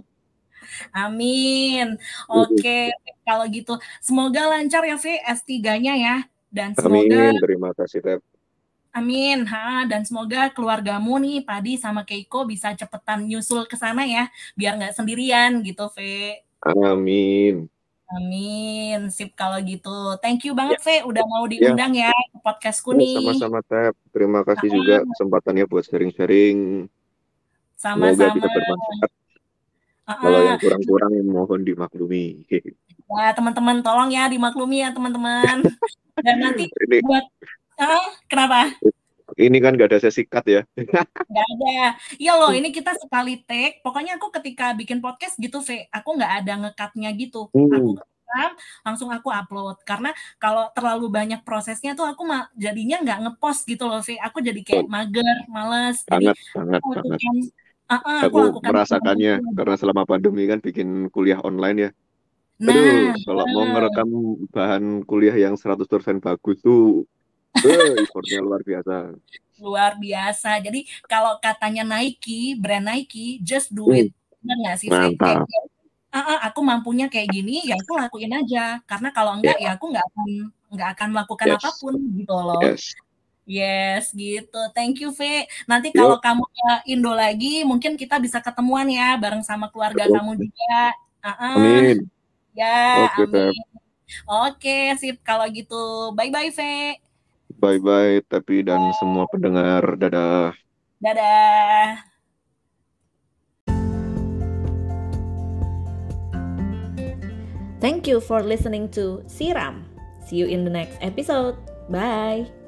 Amin. Mm. Oke, kalau gitu semoga lancar ya, Ve, S tiga-nya ya. Dan semoga Amin, terima kasih Tep. amin, ha, dan semoga keluargamu nih, Padi sama Keiko bisa cepetan nyusul ke sana ya, biar nggak sendirian gitu, Ve. Amin. Amin. Sip kalau gitu. Thank you banget, Ya, Ve, udah mau ya, diundang ya ke podcastku ya, nih. sama-sama Tep. Terima kasih juga Ha, kesempatannya buat sharing-sharing. Semoga sama-sama. bisa bermanfaat. Ha, Kalau yang ha. kurang-kurang mohon dimaklumi. Nah, teman-teman tolong ya dimaklumi ya, teman-teman. Dan nanti Ini buat ah, kenapa? ini kan gak ada sesi cut ya. Nggak ada. Iya loh, ini kita sekali take. Pokoknya aku ketika bikin podcast gitu, V, aku nggak ada nge-cut-nya gitu. Aku Hmm. rekam, langsung aku upload. Karena kalau terlalu banyak prosesnya tuh aku ma- jadinya nggak nge-post gitu loh, V. Aku jadi kayak mager, males. Jadi Sangat, sangat, aku sangat. lakukan, ah, ah, aku Aku lakukan. merasakannya karena selama pandemi kan bikin kuliah online ya. Aduh, Nah, kalau mau ngerekam bahan kuliah yang seratus persen bagus tuh, eh, effortnya luar biasa. luar biasa. Jadi kalau katanya Nike, brand Nike, just do Hmm, it. Benar nggak sih, V? Kayak mantap. uh, uh, aku mampunya kayak gini, ya aku lakuin aja. Karena kalau enggak, Ya, ya aku nggak akan nggak akan melakukan yes, apapun gitu loh. yes. Yes, gitu. Thank you, V. Nanti kalau Yuk, kamu ke Indo lagi, mungkin kita bisa ketemuan ya, bareng sama keluarga kamu oke. juga. Uh-uh. Amin. Ya, Oke, Feb. amin. Oke, sip. Kalau gitu, bye-bye, V. Bye-bye, tapi dan semua pendengar. Dadah. Dadah. Thank you for listening to Siram. See you in the next episode. Bye.